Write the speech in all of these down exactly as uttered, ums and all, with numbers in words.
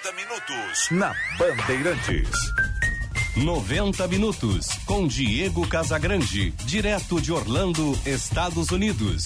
noventa minutos na Bandeirantes. noventa minutos com Diego Casagrande, direto de Orlando, Estados Unidos.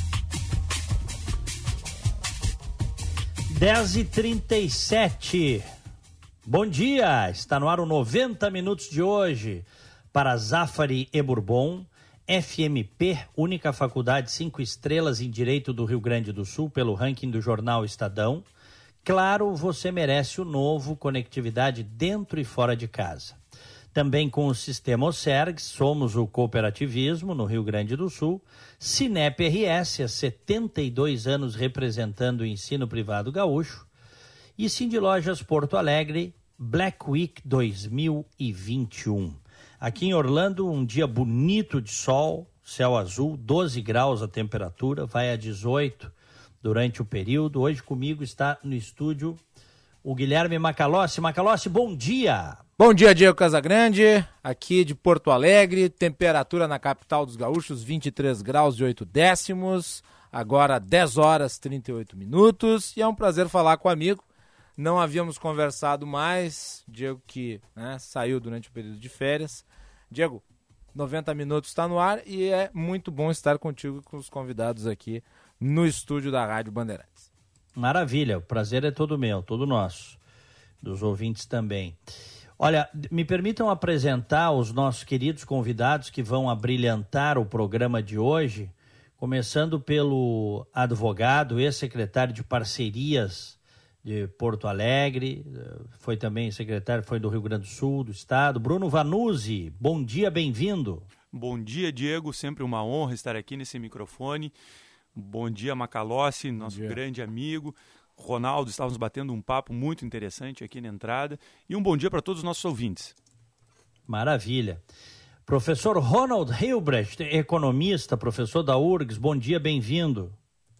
dez e trinta e sete. Bom dia, está no ar o noventa minutos de hoje para Zafari e Bourbon, F M P, única faculdade cinco estrelas em Direito do Rio Grande do Sul pelo ranking do jornal Estadão. Claro, você merece o novo, conectividade dentro e fora de casa. Também com o Sistema Oserg, somos o cooperativismo no Rio Grande do Sul. Cinep R S, há setenta e dois anos representando o ensino privado gaúcho. E Cindy Lojas Porto Alegre, Black Week dois mil e vinte e um. Aqui em Orlando, um dia bonito de sol, céu azul, doze graus a temperatura, vai a dezoito durante o período. Hoje comigo está no estúdio o Guilherme Macalossi. Macalossi, bom dia! Bom dia, Diego Casagrande, aqui de Porto Alegre, temperatura na capital dos gaúchos, vinte e três graus e oito décimos, agora dez horas e trinta e oito minutos, e é um prazer falar com o amigo. Não havíamos conversado mais, Diego que né, saiu durante o período de férias. Diego, noventa minutos está no ar e é muito bom estar contigo e com os convidados aqui no estúdio da Rádio Bandeirantes. Maravilha, o prazer é todo meu, todo nosso, dos ouvintes também. Olha, me permitam apresentar os nossos queridos convidados que vão abrilhantar o programa de hoje, começando pelo advogado, ex-secretário de Parcerias de Porto Alegre, foi também secretário, foi do Rio Grande do Sul, do Estado, Bruno Vanuzzi. Bom dia, bem-vindo. Bom dia, Diego, sempre uma honra estar aqui nesse microfone. Bom dia, Macalossi, nosso grande amigo. Ronaldo, estávamos batendo um papo muito interessante aqui na entrada. E um bom dia para todos os nossos ouvintes. Maravilha. Professor Ronald Hilbrecht, economista, professor da U R G S, bom dia, bem-vindo.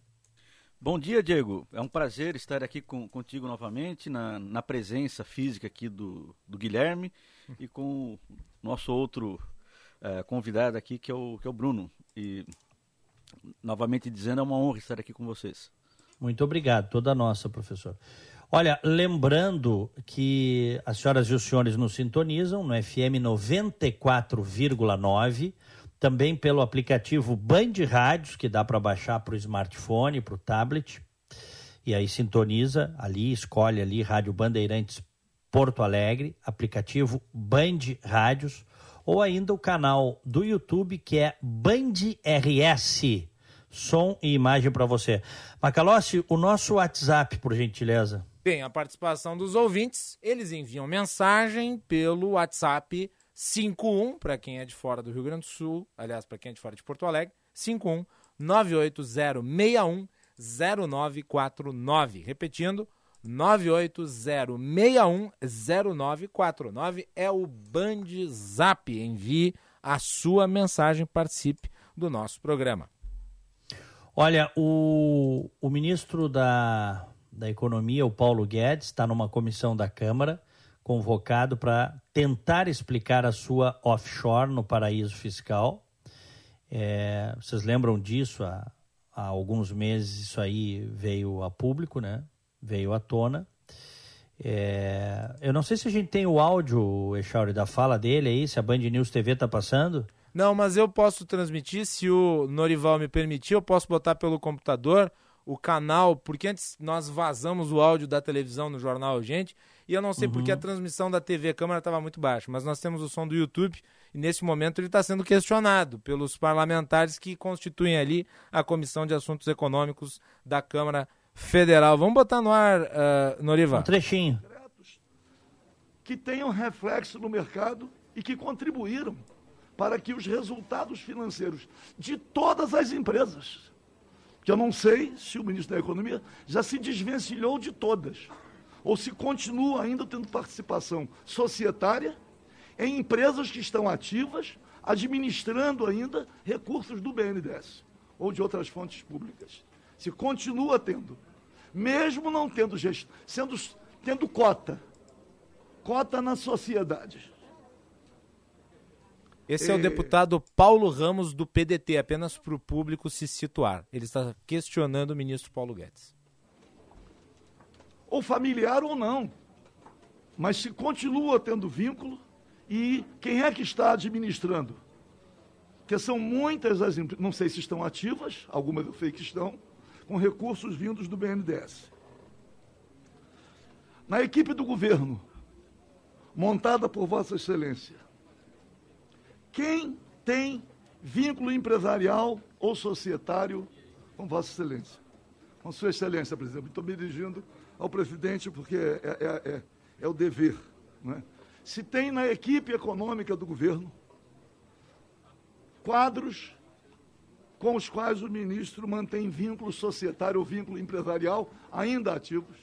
Bom dia, Diego. É um prazer estar aqui com, contigo novamente, na, na presença física aqui do, do Guilherme e com o nosso outro uh, convidado aqui, que é, o, que é o Bruno. E, novamente dizendo, é uma honra estar aqui com vocês. Muito obrigado, toda nossa, professor. Olha, lembrando que as senhoras e os senhores nos sintonizam no F M noventa e quatro vírgula nove, também pelo aplicativo Band Rádios, que dá para baixar para o smartphone, para o tablet, e aí sintoniza ali, escolhe ali Rádio Bandeirantes Porto Alegre, aplicativo Band Rádios, ou ainda o canal do YouTube, que é Band R S. Som e imagem para você. Macalossi, o nosso WhatsApp, por gentileza. Bem, a participação dos ouvintes, eles enviam mensagem pelo WhatsApp cinco um, para quem é de fora do Rio Grande do Sul, aliás, para quem é de fora de Porto Alegre, cinco um nove oito zero seis um zero nove quatro nove. Repetindo, nove oito zero seis um zero nove quatro nove é o Band Zap. Envie a sua mensagem, participe do nosso programa. Olha, o, o ministro da, da Economia, o Paulo Guedes, está numa comissão da Câmara, convocado para tentar explicar a sua offshore no paraíso fiscal. É, vocês lembram disso? Há, há alguns meses isso aí veio a público, né? Veio à tona. É, eu não sei se a gente tem o áudio, Echauri, da fala dele aí, se a Band News T V está passando. Não, mas eu posso transmitir, se o Norival me permitir, eu posso botar pelo computador o canal, porque antes nós vazamos o áudio da televisão no Jornal Gente, e eu não sei uhum. porque a transmissão da T V Câmara estava muito baixa, mas nós temos o som do YouTube, e nesse momento ele está sendo questionado pelos parlamentares que constituem ali a Comissão de Assuntos Econômicos da Câmara Federal. Vamos botar no ar, uh, Norival. Um trechinho. Que tenham reflexo no mercado e que contribuíram para que os resultados financeiros de todas as empresas, que eu não sei se o ministro da Economia já se desvencilhou de todas, ou se continua ainda tendo participação societária em empresas que estão ativas, administrando ainda recursos do B N D E S ou de outras fontes públicas. Se continua tendo, mesmo não tendo gestão, sendo, tendo cota, cota na sociedade. Esse é o deputado Paulo Ramos, do P D T, apenas para o público se situar. Ele está questionando o ministro Paulo Guedes. Ou familiar ou não, mas se continua tendo vínculo, e quem é que está administrando? Porque são muitas as empresas, não sei se estão ativas, algumas eu sei que estão, com recursos vindos do B N D E S. Na equipe do governo, montada por Vossa Excelência, quem tem vínculo empresarial ou societário com Vossa Excelência? Com Sua Excelência, presidente. Estou me dirigindo ao presidente porque é, é, é, é o dever, né? Se tem na equipe econômica do governo quadros com os quais o ministro mantém vínculo societário ou vínculo empresarial ainda ativos.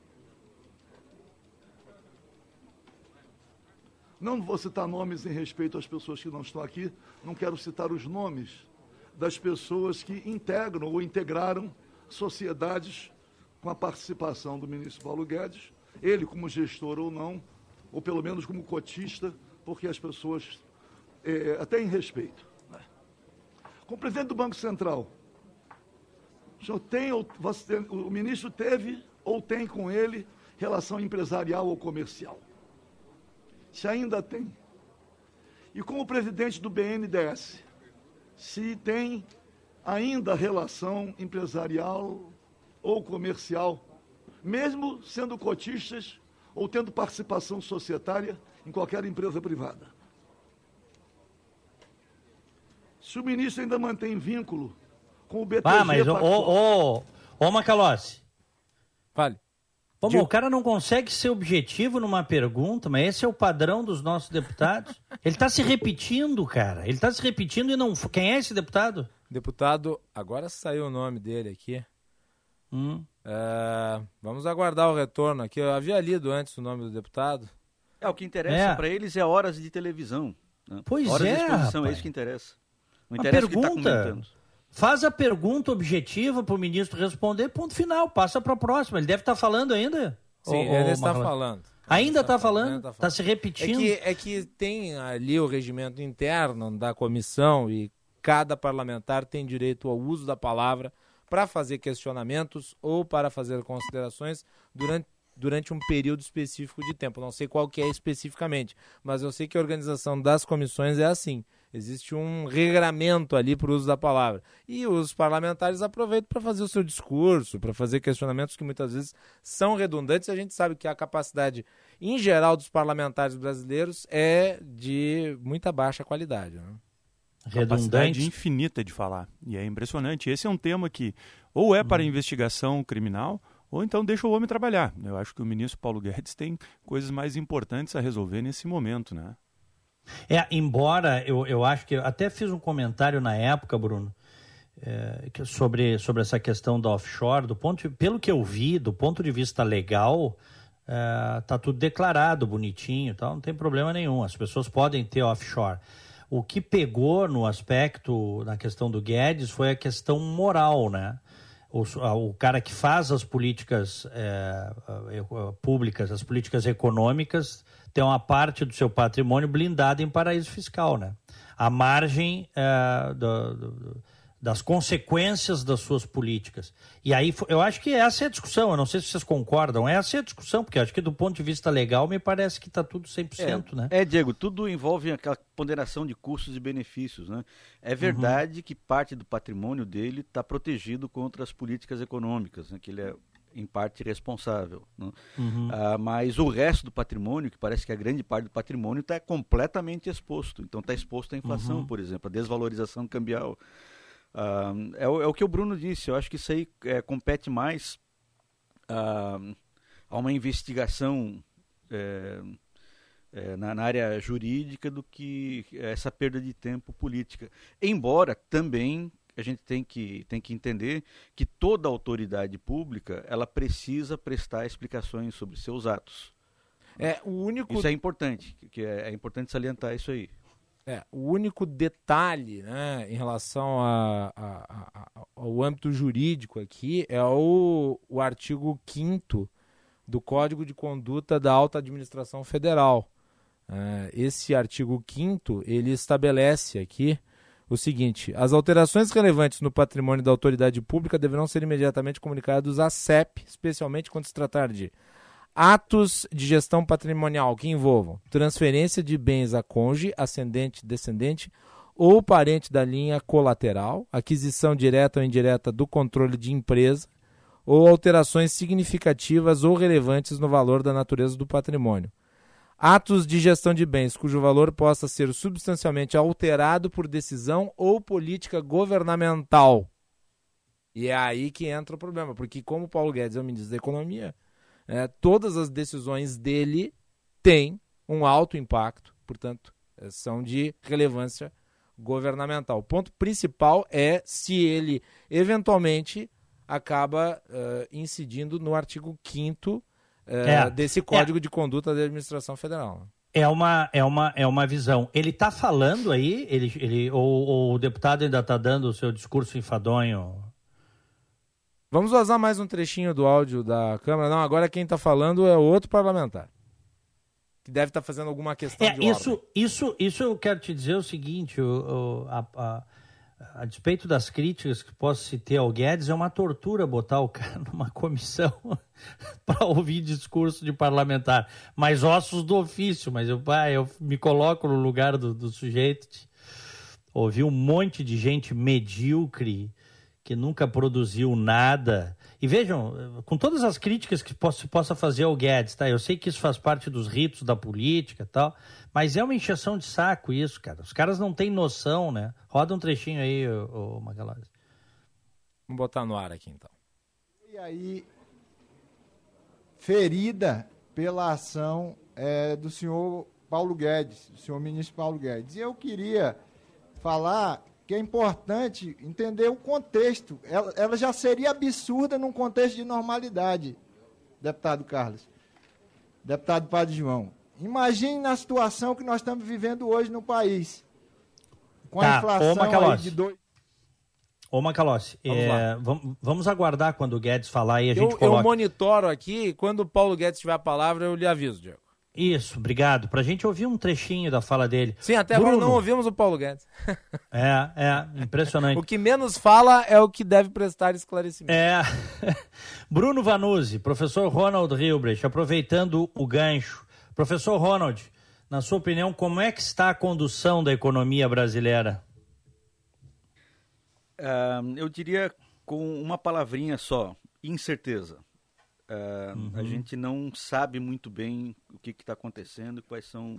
Não vou citar nomes em respeito às pessoas que não estão aqui, não quero citar os nomes das pessoas que integram ou integraram sociedades com a participação do ministro Paulo Guedes, ele como gestor ou não, ou pelo menos como cotista, porque as pessoas é, até em respeito. Né? Com o presidente do Banco Central, o senhor tem, ou, você, o ministro teve ou tem com ele relação empresarial ou comercial? Se ainda tem. E com o presidente do B N D E S, se tem ainda relação empresarial ou comercial, mesmo sendo cotistas ou tendo participação societária em qualquer empresa privada. Se o ministro ainda mantém vínculo com o B T G... Ah, mas, ô, ô, ô, Macalossi. Fale. Ô, bom, o cara não consegue ser objetivo numa pergunta, mas esse é o padrão dos nossos deputados. Ele está se repetindo, cara. Ele está se repetindo e não... Quem é esse deputado? Deputado, agora saiu o nome dele aqui. Hum. É, vamos aguardar o retorno aqui. Eu havia lido antes o nome do deputado. É, o que interessa É. para eles é horas de televisão. Né? Pois horas é, de exposição, rapaz. é isso que interessa. Não A interessa o que está pergunta, comentando. faz a pergunta objetiva para o ministro responder, ponto final, passa para a próxima. Ele deve estar falando ainda. Sim, Ô, ele ô, está Macalossi. falando. Ainda está Ele falando? ainda Está falando. se É repetindo? que, é que tem ali o regimento interno da comissão e cada parlamentar tem direito ao uso da palavra para fazer questionamentos ou para fazer considerações durante, durante um período específico de tempo. Não sei qual que é especificamente, mas eu sei que a organização das comissões é assim. Existe um regramento ali para o uso da palavra. E os parlamentares aproveitam para fazer o seu discurso, para fazer questionamentos que muitas vezes são redundantes. A gente sabe que a capacidade, em geral, dos parlamentares brasileiros é de muita baixa qualidade, né? Capacidade Redundante. infinita de falar. E é impressionante. Esse é um tema que ou é para investigação criminal ou então deixa o homem trabalhar. Eu acho que o ministro Paulo Guedes tem coisas mais importantes a resolver nesse momento, né? É, embora eu, eu acho que... Até fiz um comentário na época, Bruno, é, que sobre, sobre essa questão da offshore. Do ponto, pelo que eu vi, do ponto de vista legal, é, tá tudo declarado, bonitinho e tal, não tem problema nenhum. As pessoas podem ter offshore. O que pegou no aspecto, na questão do Guedes, foi a questão moral, né? O, o cara que faz as políticas é, públicas, as políticas econômicas, tem uma parte do seu patrimônio blindada em paraíso fiscal, né? À margem é, do, do, das consequências das suas políticas. E aí, eu acho que essa é a discussão, eu não sei se vocês concordam, essa é a discussão, porque acho que do ponto de vista legal me parece que está tudo cem por cento, é, né? É, Diego, tudo envolve aquela ponderação de custos e benefícios, né? É verdade uhum. que parte do patrimônio dele está protegido contra as políticas econômicas, né? Que ele é, em parte, responsável. Né? Uhum. Ah, mas o resto do patrimônio, que parece que a grande parte do patrimônio está completamente exposto. Então está exposto à inflação, uhum. por exemplo, à desvalorização cambial. Uh, é, o, é o que o Bruno disse, eu acho que isso aí é, compete mais uh, a uma investigação é, é, na, na área jurídica do que essa perda de tempo política. Embora também a gente tem que, tem que entender que toda autoridade pública ela precisa prestar explicações sobre seus atos. É, o único... Isso é importante, que é, é importante salientar isso aí. É, o único detalhe, né, em relação a, a, a, ao âmbito jurídico aqui é o, o artigo quinto do Código de Conduta da Alta Administração Federal. É, esse artigo quinto, ele estabelece aqui o seguinte: as alterações relevantes no patrimônio da autoridade pública deverão ser imediatamente comunicadas à S E P, especialmente quando se tratar de atos de gestão patrimonial que envolvam transferência de bens a cônjuge, ascendente, descendente ou parente da linha colateral, aquisição direta ou indireta do controle de empresa ou alterações significativas ou relevantes no valor da natureza do patrimônio. Atos de gestão de bens cujo valor possa ser substancialmente alterado por decisão ou política governamental. E é aí que entra o problema, porque como o Paulo Guedes é o ministro da Economia, é, todas as decisões dele têm um alto impacto, portanto, são de relevância governamental. O ponto principal é se ele, eventualmente, acaba uh, incidindo no artigo quinto uh, é, desse Código é. de Conduta da Administração Federal. É uma, é uma, é uma visão. Ele está falando aí, ele, ele, ou, ou o deputado ainda está dando o seu discurso enfadonho? Vamos vazar mais um trechinho do áudio da Câmara. Não, agora quem está falando é outro parlamentar, que deve estar tá fazendo alguma questão é, de isso, ordem. Isso, isso eu quero te dizer o seguinte, o, o, a, a, a despeito das críticas que posso se ter ao Guedes, é uma tortura botar o cara numa comissão para ouvir discurso de parlamentar. Mas ossos do ofício, mas eu, pá, eu me coloco no lugar do, do sujeito. Ouvi um monte de gente medíocre, que nunca produziu nada. E vejam, com todas as críticas que se possa fazer ao Guedes, tá? Eu sei que isso faz parte dos ritos da política e tal, mas é uma encheção de saco isso, cara. Os caras não têm noção, né? Roda um trechinho aí, ô, ô Macalossi. Vamos botar no ar aqui, então. E aí, ferida pela ação é, do senhor Paulo Guedes, do senhor ministro Paulo Guedes. E eu queria falar que é importante entender o contexto. Ela, ela já seria absurda num contexto de normalidade, deputado Carlos, deputado Padre João. Imagine na situação que nós estamos vivendo hoje no país, com tá, a inflação aí de dois... Ô, Macalossi, vamos, é, vamos, vamos aguardar quando o Guedes falar e a gente eu, coloca... Eu monitoro aqui, quando o Paulo Guedes tiver a palavra, eu lhe aviso, Diego. Isso, obrigado. Pra gente ouvir um trechinho da fala dele. Sim, até Bruno, agora não ouvimos o Paulo Guedes. É, é, impressionante. O que menos fala é o que deve prestar esclarecimento. É. Bruno Vanuzzi, professor Ronald Hilbrecht, aproveitando o gancho. Professor Ronald, na sua opinião, como é que está a condução da economia brasileira? Uh, eu diria com uma palavrinha só, incerteza. Uh, uhum. A gente não sabe muito bem o que está acontecendo, quais são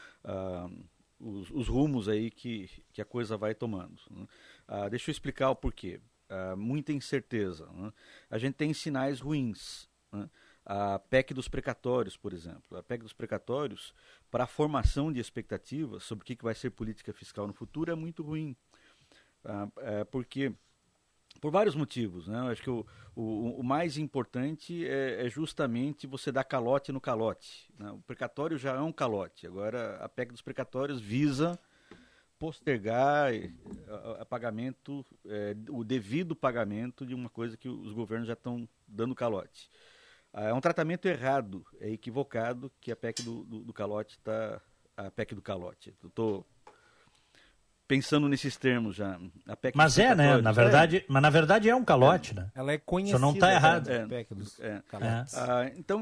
uh, os, os rumos aí que, que a coisa vai tomando. Né? Uh, deixa eu explicar o porquê. Uh, muita incerteza. Né? A gente tem sinais ruins. Né? A P E C dos precatórios, por exemplo. A P E C dos precatórios, para a formação de expectativas sobre o que, que vai ser política fiscal no futuro, é muito ruim. Uh, é porque... Por vários motivos, né? Eu acho que o, o, o mais importante é, é justamente você dar calote no calote. Né? O precatório já é um calote. Agora, a P E C dos precatórios visa postergar a, a pagamento, é, o devido pagamento de uma coisa que os governos já estão dando calote. É um tratamento errado, é equivocado que a P E C do, do, do calote está... A P E C do calote. Eu estou... pensando nesses termos já. A P E C mas é, né? Na verdade, é. Mas na verdade é um calote, é. né? Ela é conhecida. Só não está errado. É, P E C dos é. calotes. É. Ah, então,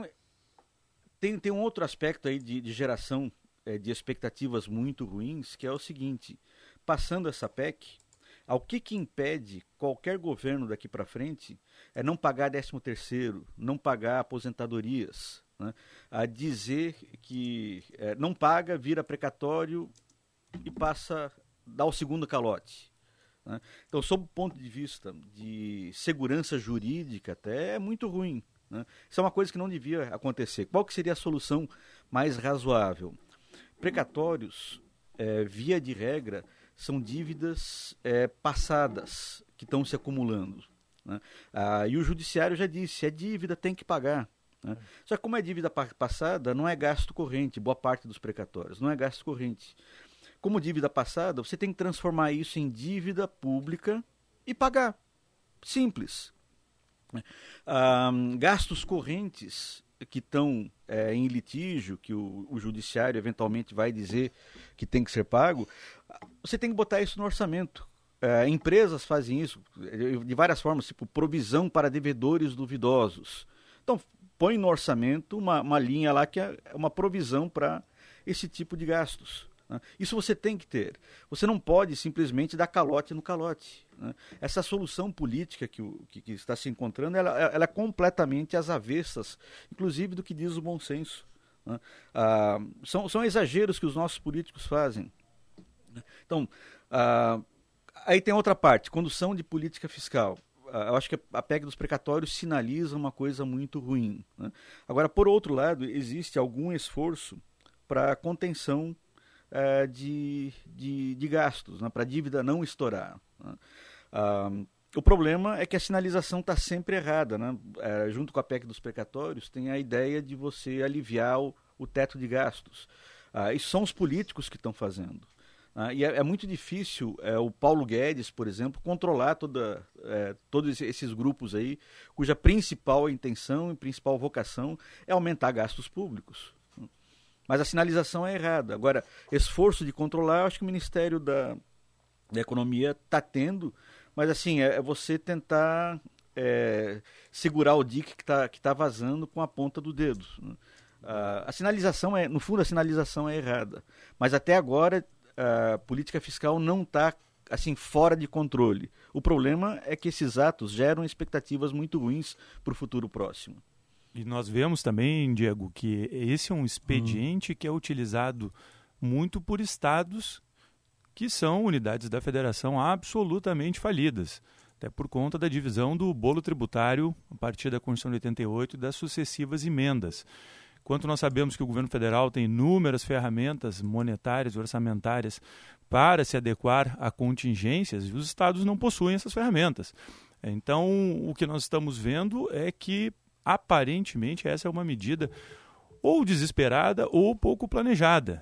tem, tem um outro aspecto aí de, de geração é, de expectativas muito ruins, que é o seguinte, passando essa P E C, ao que que impede qualquer governo daqui para frente é não pagar décimo terceiro, não pagar aposentadorias, né? A dizer que é, não paga, vira precatório e passa... dá o segundo calote. Né? Então, sob o ponto de vista de segurança jurídica, até é muito ruim. Né? Isso é uma coisa que não devia acontecer. Qual que seria a solução mais razoável? Precatórios, é, via de regra, são dívidas é, passadas que estão se acumulando. Né? Ah, e o judiciário já disse, é dívida, tem que pagar. Né? Só que como é dívida pa- passada, não é gasto corrente, boa parte dos precatórios, não é gasto corrente. Como dívida passada, você tem que transformar isso em dívida pública e pagar. Simples. Ah, gastos correntes que estão é, em litígio, que o, o judiciário eventualmente vai dizer que tem que ser pago, você tem que botar isso no orçamento. É, empresas fazem isso de várias formas, tipo provisão para devedores duvidosos. Então, põe no orçamento uma, uma linha lá que é uma provisão para esse tipo de gastos. Né? Isso você tem que ter. Você não pode simplesmente dar calote no calote. Né? Essa solução política que, o, que, que está se encontrando, ela, ela é completamente às avessas, inclusive do que diz o bom senso. Né? Ah, são, são exageros que os nossos políticos fazem. Então, ah, aí tem outra parte, condução de política fiscal. Ah, eu acho que a P E C dos precatórios sinaliza uma coisa muito ruim. Né? Agora, por outro lado, existe algum esforço para contenção Uh, de, de, de gastos, né, para a dívida não estourar. Né. Uh, o problema é que a sinalização está sempre errada. Né. Uh, junto com a P E C dos precatórios, tem a ideia de você aliviar o, o teto de gastos. Uh, isso são os políticos que estão fazendo. Uh, e é, é muito difícil uh, o Paulo Guedes, por exemplo, controlar toda, uh, todos esses grupos aí, cuja principal intenção e principal vocação é aumentar gastos públicos. Mas a sinalização é errada. Agora, esforço de controlar, acho que o Ministério da, da Economia está tendo, mas assim, é, é você tentar é, segurar o dique que está que tá vazando com a ponta do dedo. Uh, a sinalização, é, no fundo, a sinalização é errada. Mas até agora, a política fiscal não está assim, fora de controle. O problema é que esses atos geram expectativas muito ruins para o futuro próximo. E nós vemos também, Diego, que esse é um expediente hum. que é utilizado muito por estados que são unidades da federação absolutamente falidas, até por conta da divisão do bolo tributário a partir da Constituição de oitenta e oito e das sucessivas emendas. Enquanto nós sabemos que o governo federal tem inúmeras ferramentas monetárias e orçamentárias para se adequar a contingências, os estados não possuem essas ferramentas. Então, o que nós estamos vendo é que aparentemente essa é uma medida ou desesperada ou pouco planejada.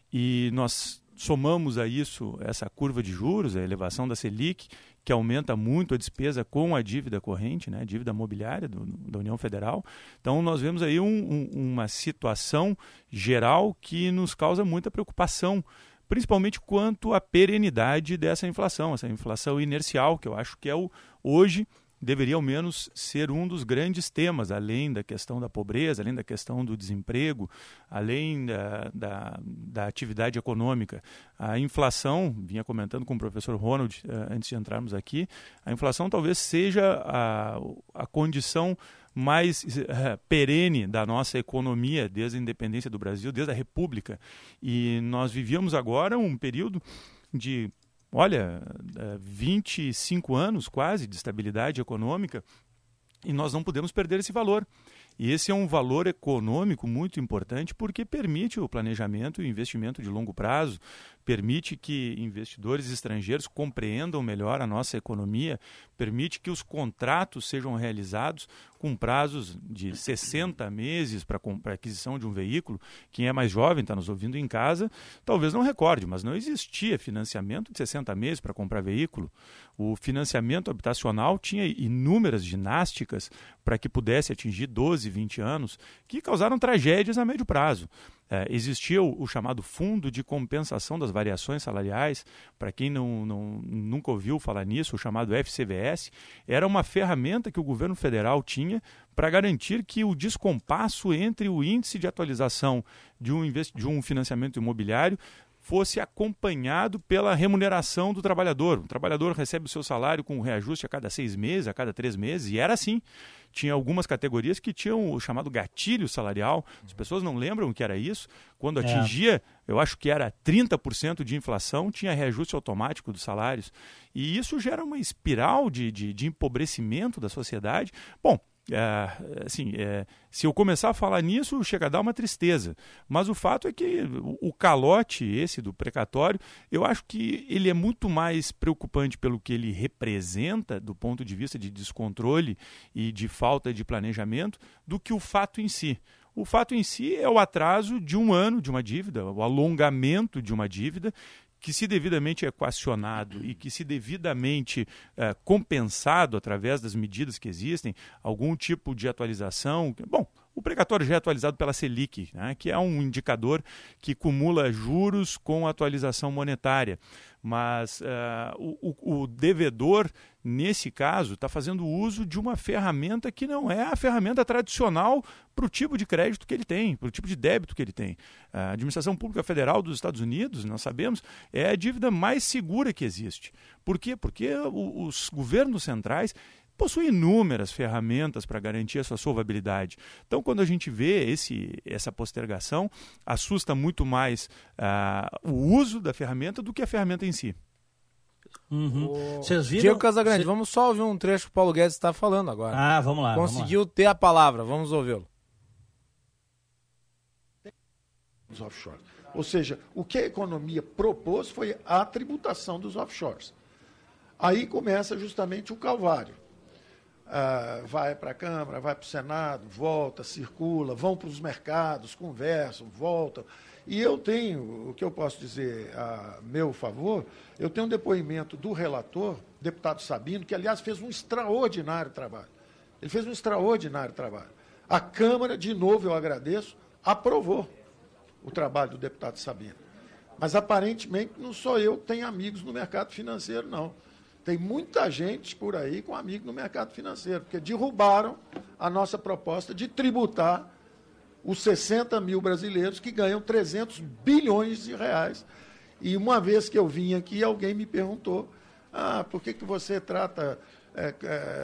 E nós somamos a isso essa curva de juros, a elevação da Selic, que aumenta muito a despesa com a dívida corrente, né, a dívida mobiliária do, da União Federal. Então nós vemos aí um, um, uma situação geral que nos causa muita preocupação, principalmente quanto à perenidade dessa inflação, essa inflação inercial, que eu acho que é o, hoje deveria ao menos ser um dos grandes temas, além da questão da pobreza, além da questão do desemprego, além da, da, da atividade econômica. A inflação, vinha comentando com o professor Ronald uh, antes de entrarmos aqui, a inflação talvez seja a, a condição mais uh, perene da nossa economia desde a independência do Brasil, desde a República. E nós vivíamos agora um período de olha, vinte e cinco anos quase de estabilidade econômica e nós não podemos perder esse valor. E esse é um valor econômico muito importante porque permite o planejamento e o investimento de longo prazo, permite que investidores estrangeiros compreendam melhor a nossa economia, permite que os contratos sejam realizados com prazos de sessenta meses para a aquisição de um veículo. Quem é mais jovem, está nos ouvindo em casa, talvez não recorde, mas não existia financiamento de sessenta meses para comprar veículo. O financiamento habitacional tinha inúmeras ginásticas para que pudesse atingir doze, vinte anos, que causaram tragédias a médio prazo. É, existia o, o chamado Fundo de Compensação das Variações Salariais. Para quem não, não, nunca ouviu falar nisso, o chamado F C V S, era uma ferramenta que o governo federal tinha para garantir que o descompasso entre o índice de atualização de um, invest... de um financiamento imobiliário fosse acompanhado pela remuneração do trabalhador. O trabalhador recebe o seu salário com um reajuste a cada seis meses, a cada três meses, e era assim. Tinha algumas categorias que tinham o chamado gatilho salarial. As pessoas não lembram o que era isso. Quando atingia, é. eu acho que era trinta por cento de inflação, tinha reajuste automático dos salários. E isso gera uma espiral de, de, de empobrecimento da sociedade. Bom, É, assim, é, se eu começar a falar nisso, chega a dar uma tristeza. Mas o fato é que o, o calote esse do precatório, eu acho que ele é muito mais preocupante pelo que ele representa do ponto de vista de descontrole e de falta de planejamento do que o fato em si. O fato em si é o atraso de um ano de uma dívida, o alongamento de uma dívida, que se devidamente equacionado e que se devidamente eh, compensado através das medidas que existem, algum tipo de atualização, bom, o precatório já é atualizado pela Selic, né, que é um indicador que cumula juros com atualização monetária. Mas uh, o, o devedor, nesse caso, está fazendo uso de uma ferramenta que não é a ferramenta tradicional para o tipo de crédito que ele tem, para o tipo de débito que ele tem. A Administração Pública Federal dos Estados Unidos, nós sabemos, é a dívida mais segura que existe. Por quê? Porque os governos centrais possui inúmeras ferramentas para garantir a sua solvabilidade. Então, quando a gente vê esse, essa postergação, assusta muito mais uh, o uso da ferramenta do que a ferramenta em si. Uhum. O... Vocês viram? Diego Casagrande, Cê... vamos só ouvir um trecho que o Paulo Guedes está falando agora. Ah, vamos lá. Conseguiu vamos lá. ter a palavra, vamos ouvi-lo. Os offshores. Ou seja, o que a economia propôs foi a tributação dos offshores. Aí começa justamente o calvário. Uh, vai para a Câmara, vai para o Senado, volta, circula, vão para os mercados, conversam, voltam. E eu tenho, o que eu posso dizer a meu favor, eu tenho um depoimento do relator, deputado Sabino, que, aliás, fez um extraordinário trabalho. Ele fez um extraordinário trabalho. A Câmara, de novo, eu agradeço, aprovou o trabalho do deputado Sabino. Mas, aparentemente, não sou eu que tenho amigos no mercado financeiro, não. Tem muita gente por aí com amigo no mercado financeiro, porque derrubaram a nossa proposta de tributar os sessenta mil brasileiros que ganham trezentos bilhões de reais. E uma vez que eu vim aqui, alguém me perguntou, ah, por que, que você trata é,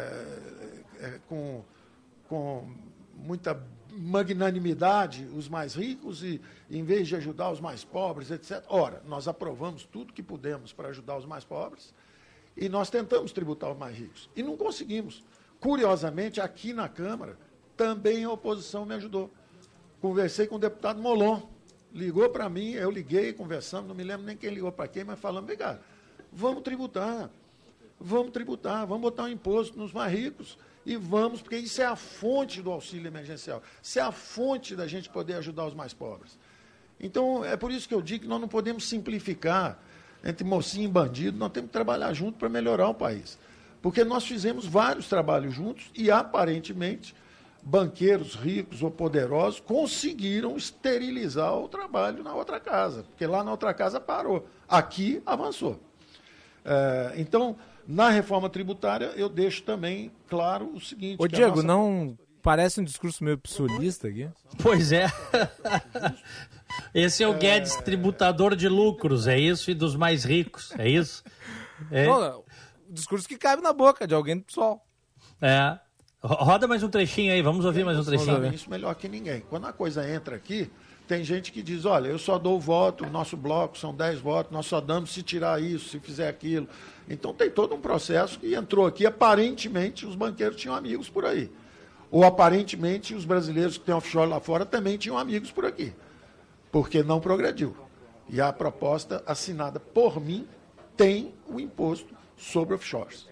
é, é, com, com muita magnanimidade os mais ricos e, em vez de ajudar os mais pobres, etcétera. Ora, nós aprovamos tudo que pudemos para ajudar os mais pobres, e nós tentamos tributar os mais ricos. E não conseguimos. Curiosamente, aqui na Câmara, também a oposição me ajudou. Conversei com o deputado Molon. Ligou para mim, eu liguei, conversamos, não me lembro nem quem ligou para quem, mas falamos, vem cá, vamos tributar. Vamos tributar, vamos botar um imposto nos mais ricos e vamos, porque isso é a fonte do auxílio emergencial. Isso é a fonte da gente poder ajudar os mais pobres. Então, é por isso que eu digo que nós não podemos simplificar entre mocinho e bandido, nós temos que trabalhar junto para melhorar o país. Porque nós fizemos vários trabalhos juntos e, aparentemente, banqueiros ricos ou poderosos conseguiram esterilizar o trabalho na outra casa, porque lá na outra casa parou. Aqui avançou. É, então, na reforma tributária, eu deixo também claro o seguinte... Ô, Diego, nossa... não parece um discurso meio psolista aqui? Pois é. Esse é o Guedes, tributador de lucros, é isso? E dos mais ricos, é isso? É. Não, o discurso que cabe na boca de alguém do PSOL. É. Roda mais um trechinho aí, vamos ouvir mais um trechinho. Sabem isso melhor que ninguém. Quando a coisa entra aqui, tem gente que diz, olha, eu só dou o voto, o nosso bloco são dez votos, nós só damos se tirar isso, se fizer aquilo. Então tem todo um processo que entrou aqui, aparentemente os banqueiros tinham amigos por aí. Ou aparentemente os brasileiros que têm offshore lá fora também tinham amigos por aqui. Porque não progrediu. E a proposta assinada por mim tem o imposto sobre offshores.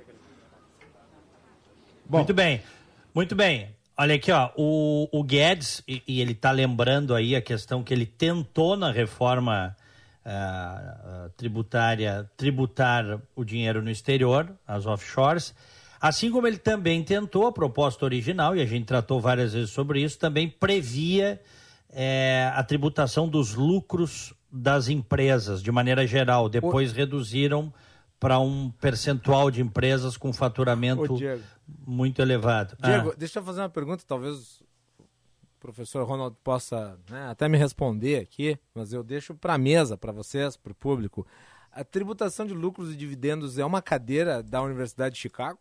Bom. Muito bem, muito bem. Olha aqui, ó, o, o Guedes, e, e ele está lembrando aí a questão que ele tentou na reforma uh, uh, tributária tributar o dinheiro no exterior, as offshores, assim como ele também tentou, a proposta original, e a gente tratou várias vezes sobre isso, também previa é, a tributação dos lucros das empresas, de maneira geral. Depois o... reduziram para um percentual de empresas com faturamento muito elevado. Diego, ah. deixa eu fazer uma pergunta, talvez o professor Ronaldo possa, né, até me responder aqui, mas eu deixo para a mesa, para vocês, para o público. A tributação de lucros e dividendos é uma cadeira da Universidade de Chicago?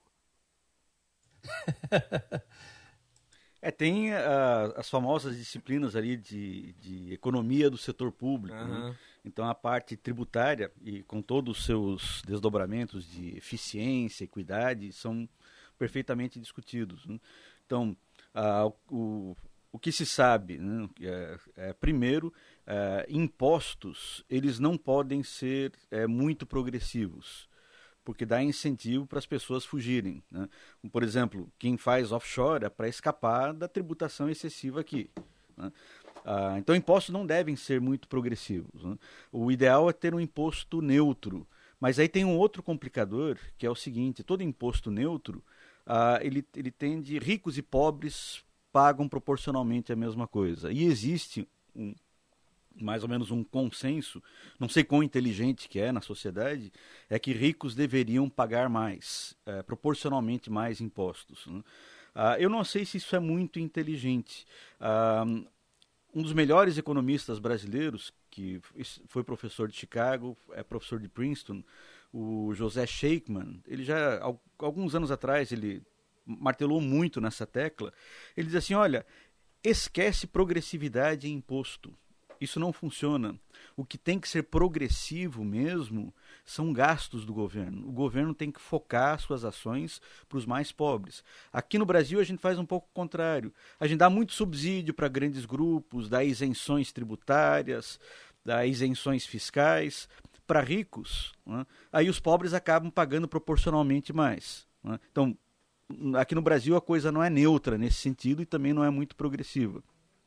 É, tem uh, as famosas disciplinas ali de, de economia do setor público, uhum. né? Então a parte tributária, e com todos os seus desdobramentos de eficiência, equidade, são perfeitamente discutidos, né? Então, uh, o, o que se sabe, né, é, é, primeiro, é, impostos, eles não podem ser é, muito progressivos, porque dá incentivo para as pessoas fugirem, né? Por exemplo, quem faz offshore é para escapar da tributação excessiva aqui, né? Ah, então, impostos não devem ser muito progressivos, né? O ideal é ter um imposto neutro, mas aí tem um outro complicador, que é o seguinte: todo imposto neutro, ah, ele, ele tende ricos e pobres pagam proporcionalmente a mesma coisa. E existe um, mais ou menos um consenso, não sei quão inteligente que é na sociedade, é que ricos deveriam pagar mais, é, proporcionalmente mais impostos, né? Uh, eu não sei se isso é muito inteligente. Uh, um dos melhores economistas brasileiros, que foi professor de Chicago, é professor de Princeton, o José Shakeman, ele já, alguns anos atrás, ele martelou muito nessa tecla. Ele diz assim, olha, esquece progressividade em imposto. Isso não funciona. O que tem que ser progressivo mesmo são gastos do governo. O governo tem que focar suas ações para os mais pobres. Aqui no Brasil a gente faz um pouco o contrário. A gente dá muito subsídio para grandes grupos, dá isenções tributárias, dá isenções fiscais para ricos, né? Aí os pobres acabam pagando proporcionalmente mais, né? Então, aqui no Brasil a coisa não é neutra nesse sentido e também não é muito progressiva.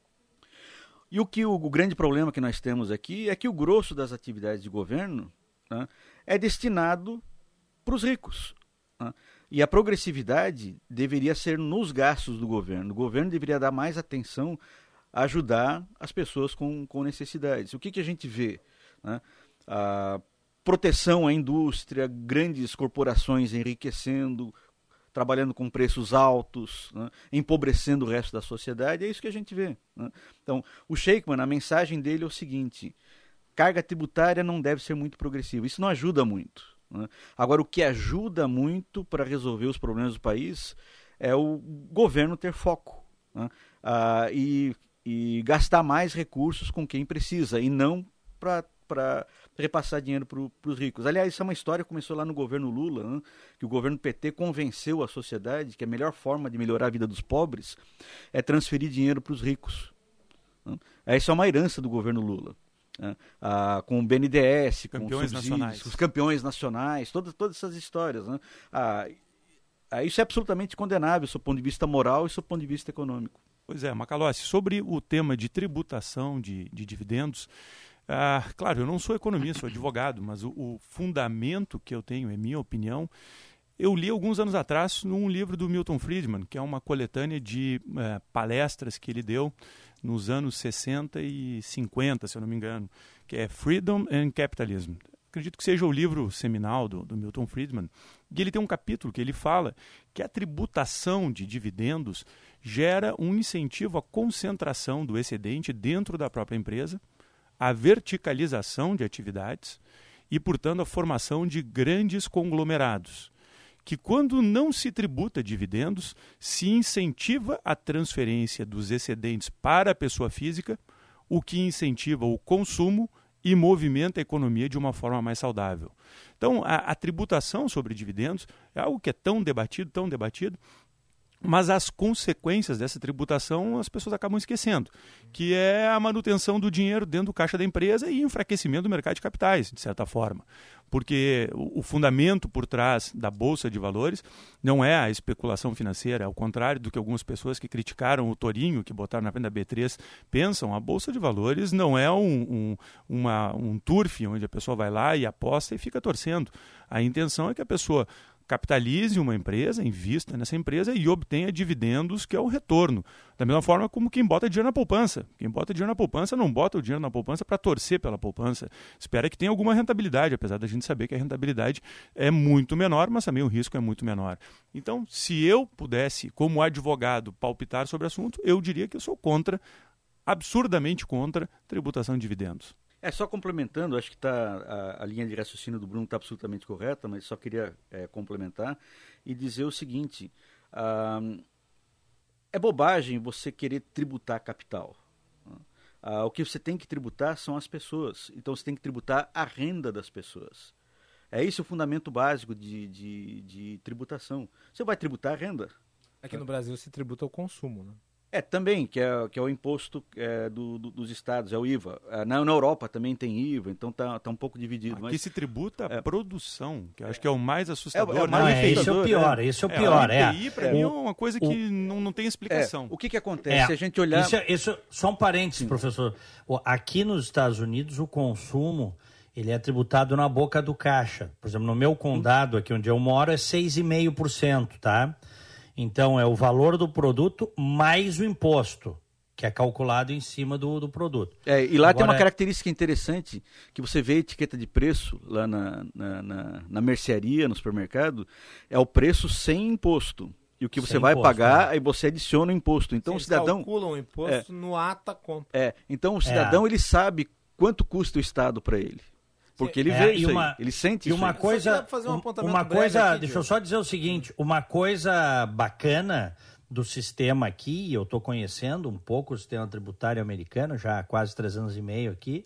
E o que o, o grande problema que nós temos aqui é que o grosso das atividades de governo, né, é destinado para os ricos, né? E a progressividade deveria ser nos gastos do governo. O governo deveria dar mais atenção a ajudar as pessoas com, com necessidades. O que, que a gente vê, né? A proteção à indústria, grandes corporações enriquecendo, trabalhando com preços altos, né, empobrecendo o resto da sociedade, é isso que a gente vê, né? Então, o Shakeman, a mensagem dele é o seguinte: carga tributária não deve ser muito progressiva, isso não ajuda muito, né? Agora, o que ajuda muito para resolver os problemas do país é o governo ter foco, né, ah, e, e gastar mais recursos com quem precisa, e não para para repassar dinheiro para os ricos. Aliás, isso é uma história que começou lá no governo Lula, né? Que o governo P T convenceu a sociedade que a melhor forma de melhorar a vida dos pobres é transferir dinheiro para os ricos, né? Essa é uma herança do governo Lula, né? Ah, com o B N D E S, campeões com os nacionais, os campeões nacionais, todas, todas essas histórias, né? Ah, isso é absolutamente condenável, do seu ponto de vista moral e do seu ponto de vista econômico. Pois é, Macalossi, sobre o tema de tributação de, de dividendos, ah, claro, eu não sou economista, sou advogado, mas o, o fundamento que eu tenho, é minha opinião, eu li alguns anos atrás num livro do Milton Friedman, que é uma coletânea de eh, palestras que ele deu nos anos sessenta e cinquenta, se eu não me engano, que é Freedom and Capitalism. Acredito que seja o livro seminal do, do Milton Friedman. E ele tem um capítulo que ele fala que a tributação de dividendos gera um incentivo à concentração do excedente dentro da própria empresa, a verticalização de atividades e, portanto, a formação de grandes conglomerados, que quando não se tributa dividendos, se incentiva a transferência dos excedentes para a pessoa física, o que incentiva o consumo e movimenta a economia de uma forma mais saudável. Então, a, a tributação sobre dividendos é algo que é tão debatido, tão debatido, mas as consequências dessa tributação as pessoas acabam esquecendo, que é a manutenção do dinheiro dentro do caixa da empresa e enfraquecimento do mercado de capitais, de certa forma. Porque o, o fundamento por trás da Bolsa de Valores não é a especulação financeira, ao contrário do que algumas pessoas que criticaram o Torinho, que botaram na frente da B três, pensam. A Bolsa de Valores não é um, um, uma, um turf onde a pessoa vai lá e aposta e fica torcendo. A intenção é que a pessoa capitalize uma empresa, invista nessa empresa e obtenha dividendos, que é o retorno. Da mesma forma como quem bota dinheiro na poupança. Quem bota dinheiro na poupança não bota o dinheiro na poupança para torcer pela poupança. Espera que tenha alguma rentabilidade, apesar da gente saber que a rentabilidade é muito menor, mas também o risco é muito menor. Então, se eu pudesse, como advogado, palpitar sobre o assunto, eu diria que eu sou contra, absurdamente contra, tributação de dividendos. É, só complementando, acho que tá, a, a linha de raciocínio do Bruno está absolutamente correta, mas só queria é, complementar e dizer o seguinte: ah, é bobagem você querer tributar capital. Ah, o que você tem que tributar são as pessoas, então você tem que tributar a renda das pessoas. É esse o fundamento básico de, de, de tributação. Você vai tributar a renda. Aqui no Brasil se tributa o consumo, né? É, também, que é, que é o imposto é, do, do, dos estados, é o I V A. Na, na Europa também tem I V A, então está tá um pouco dividido. Aqui mas se tributa a é, produção, que eu acho que é o mais assustador. É, é o mais não, assustador, é, esse é o pior, né? esse é o pior. É, É, o I P I, para é. mim, é O, uma coisa que o, não, não tem explicação. É, o que, que acontece é, se a gente olhar... Isso, é, isso, só um parênteses, professor. Aqui nos Estados Unidos, o consumo ele é tributado na boca do caixa. Por exemplo, no meu condado, aqui onde eu moro, é seis vírgula cinco por cento, tá? Então, é o valor do produto mais o imposto, que é calculado em cima do, do produto. É, e lá Agora, tem uma característica interessante, que você vê a etiqueta de preço lá na, na, na, na mercearia, no supermercado, é o preço sem imposto. E o que você Sem vai imposto, pagar, né? aí você adiciona o imposto. Então Eles o cidadão... calculam o imposto é, no ato da compra. É, então o cidadão ele sabe quanto custa o Estado para ele. Porque ele É, vê e isso uma- aí, ele sente E isso uma aí. coisa, fazer um um- apontamento uma breve coisa, aqui, deixa Diego. eu só dizer o seguinte, uma coisa bacana do sistema aqui, eu estou conhecendo um pouco o sistema tributário americano, já há quase três anos e meio aqui,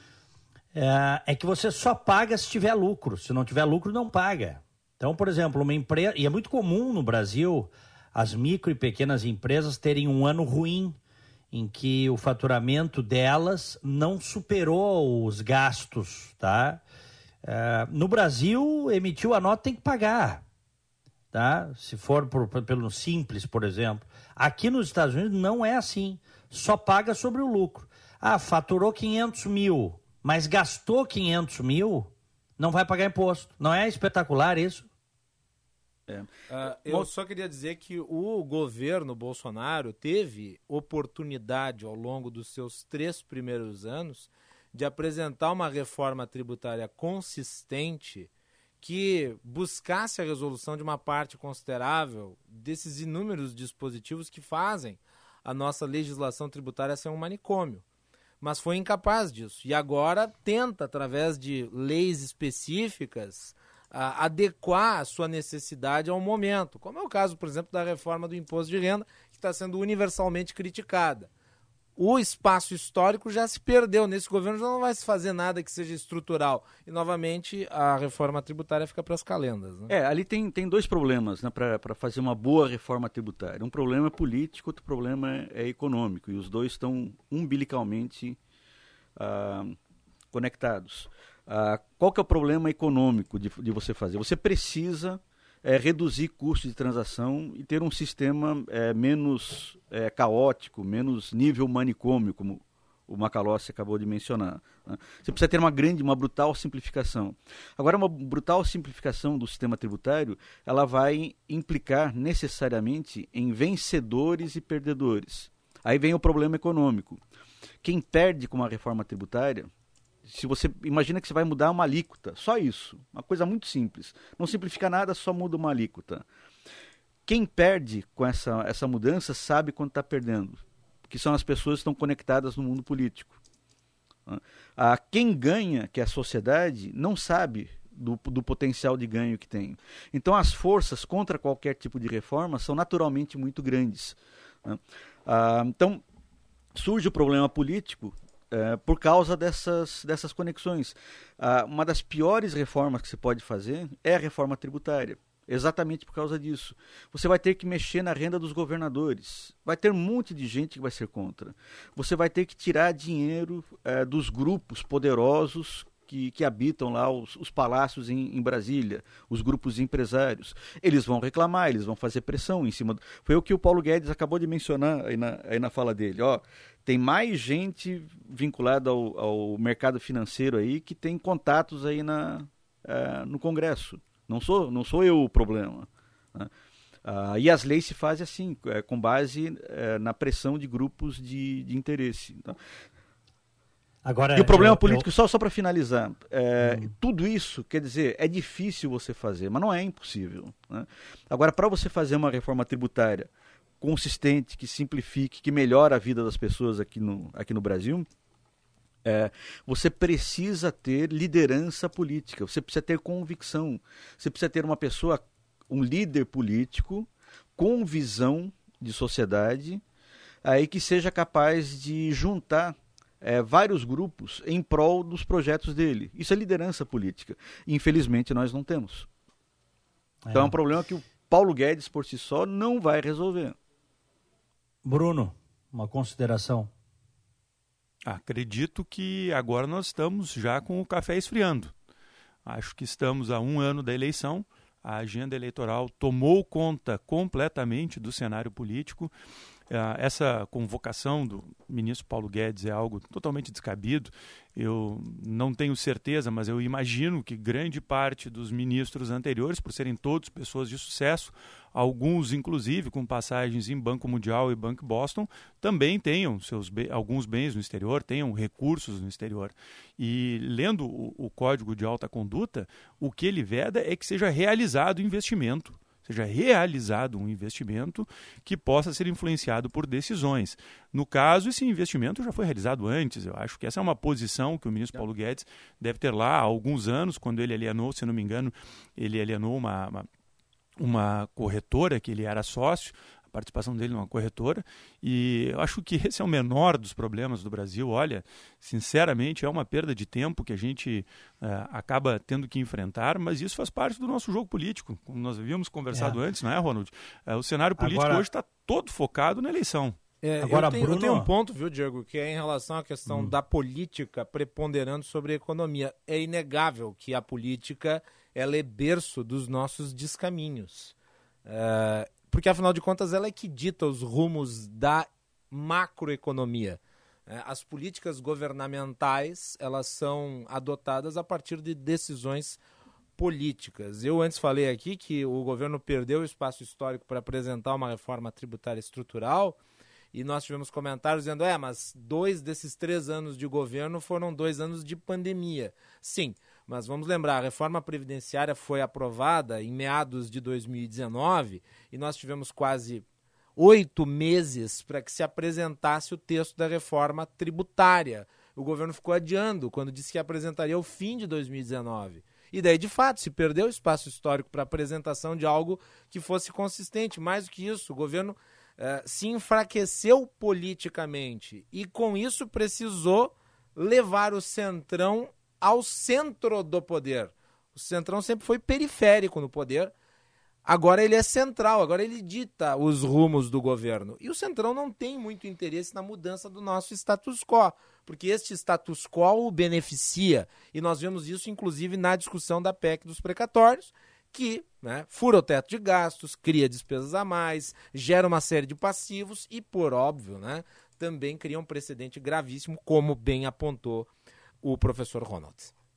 é, é que você só paga se tiver lucro, se não tiver lucro não paga. Então, por exemplo, uma empresa, e é muito comum no Brasil as micro e pequenas empresas terem um ano ruim, em que o faturamento delas não superou os gastos, tá? Uh, no Brasil, emitiu a nota, tem que pagar, tá? Se for por, por, pelo Simples, por exemplo. Aqui nos Estados Unidos não é assim, só paga sobre o lucro. Ah, faturou quinhentos mil, mas gastou quinhentos mil, não vai pagar imposto. Não é espetacular isso? É. Uh, eu só queria dizer que o governo Bolsonaro teve oportunidade ao longo dos seus três primeiros anos de apresentar uma reforma tributária consistente que buscasse a resolução de uma parte considerável desses inúmeros dispositivos que fazem a nossa legislação tributária ser um manicômio. Mas foi incapaz disso. E agora tenta, através de leis específicas, a adequar a sua necessidade ao momento, como é o caso, por exemplo, da reforma do imposto de renda, que está sendo universalmente criticada. O espaço histórico já se perdeu, nesse governo já não vai se fazer nada que seja estrutural, e novamente a reforma tributária fica para as calendas. Né? É, ali tem, tem dois problemas, né, para fazer uma boa reforma tributária. Um problema é político, outro problema é, é econômico, e os dois estão umbilicalmente ah, conectados. Ah, qual que é o problema econômico de, de você fazer? Você precisa é, reduzir custos de transação e ter um sistema é, menos é, caótico, menos nível manicômio, como o Macalossi acabou de mencionar. Né? Você precisa ter uma grande, uma brutal simplificação. Agora, uma brutal simplificação do sistema tributário, ela vai implicar necessariamente em vencedores e perdedores. Aí vem o problema econômico. Quem perde com uma reforma tributária, se você imagina que você vai mudar uma alíquota, só isso, uma coisa muito simples, não simplifica nada, só muda uma alíquota. Quem perde com essa, essa mudança sabe quando está perdendo, que são as pessoas que estão conectadas no mundo político. Ah, quem ganha, que é a sociedade, não sabe do, do potencial de ganho que tem. Então as forças contra qualquer tipo de reforma são naturalmente muito grandes. Ah, então surge o problema político, É, por causa dessas, dessas conexões. Ah, uma das piores reformas que você pode fazer é a reforma tributária, exatamente por causa disso. Você vai ter que mexer na renda dos governadores, vai ter um monte de gente que vai ser contra. Você vai ter que tirar dinheiro é, dos grupos poderosos que, que habitam lá os, os palácios em, em Brasília, os grupos de empresários. Eles vão reclamar, eles vão fazer pressão em cima. Do... Foi o que o Paulo Guedes acabou de mencionar aí na, aí na fala dele. Ó, tem mais gente vinculada ao, ao mercado financeiro aí que tem contatos aí na, uh, no Congresso. Não sou, não sou eu o problema. Né? Uh, e as leis se fazem assim, uh, com base uh, na pressão de grupos de, de interesse. Então, Agora, e o problema eu, político, eu... só, só para finalizar, é, hum. tudo isso, quer dizer, é difícil você fazer, mas não é impossível. Né? Agora, para você fazer uma reforma tributária consistente, que simplifique, que melhore a vida das pessoas aqui no, aqui no Brasil, é, você precisa ter liderança política, você precisa ter convicção, você precisa ter uma pessoa, um líder político com visão de sociedade, aí que seja capaz de juntar É, vários grupos em prol dos projetos dele. Isso é liderança política. Infelizmente, nós não temos. É. Então é um problema que o Paulo Guedes, por si só, não vai resolver. Bruno, uma consideração? Acredito que agora nós estamos já com o café esfriando. Acho que estamos a um ano da eleição. A agenda eleitoral tomou conta completamente do cenário político. essa convocação do ministro Paulo Guedes é algo totalmente descabido. Eu não tenho certeza, mas eu imagino que grande parte dos ministros anteriores, por serem todos pessoas de sucesso, alguns inclusive com passagens em Banco Mundial e Banco Boston, também tenham seus be- alguns bens no exterior, tenham recursos no exterior. E lendo o, o Código de Alta Conduta, o que ele veda é que seja realizado investimento. seja realizado um investimento que possa ser influenciado por decisões. No caso, esse investimento já foi realizado antes. Eu acho que essa é uma posição que o ministro Paulo Guedes deve ter lá há alguns anos, quando ele alienou, se não me engano, ele alienou uma, uma, uma corretora que ele era sócio, a participação dele numa corretora, e eu acho que esse é o menor dos problemas do Brasil. Olha, sinceramente, é uma perda de tempo que a gente uh, acaba tendo que enfrentar, mas isso faz parte do nosso jogo político, como nós havíamos conversado é. antes, não é, Ronald? Uh, o cenário político Agora... hoje está todo focado na eleição. É, Agora, eu, tenho, Bruno... eu tenho um ponto, viu, Diego, que é em relação à questão hum. da política preponderando sobre a economia. É inegável que a política ela é berço dos nossos descaminhos. Uh, porque, afinal de contas, ela é que dita os rumos da macroeconomia. As políticas governamentais, elas são adotadas a partir de decisões políticas. Eu antes falei aqui que o governo perdeu o espaço histórico para apresentar uma reforma tributária estrutural, e nós tivemos comentários dizendo, é, mas dois desses três anos de governo foram dois anos de pandemia. Sim, mas vamos lembrar, a reforma previdenciária foi aprovada em meados de dois mil e dezenove e nós tivemos quase oito meses para que se apresentasse o texto da reforma tributária. O governo ficou adiando quando disse que apresentaria ao fim de dois mil e dezenove. E daí, de fato, se perdeu o espaço histórico para a apresentação de algo que fosse consistente. Mais do que isso, o governo Uh, se enfraqueceu politicamente e com isso precisou levar o Centrão ao centro do poder. O Centrão sempre foi periférico no poder, agora ele é central, agora ele dita os rumos do governo. E o Centrão não tem muito interesse na mudança do nosso status quo, porque este status quo o beneficia, e nós vemos isso inclusive na discussão da P E C dos precatórios, que né, fura o teto de gastos, cria despesas a mais, gera uma série de passivos e, por óbvio, né, também cria um precedente gravíssimo, como bem apontou o professor Ronald.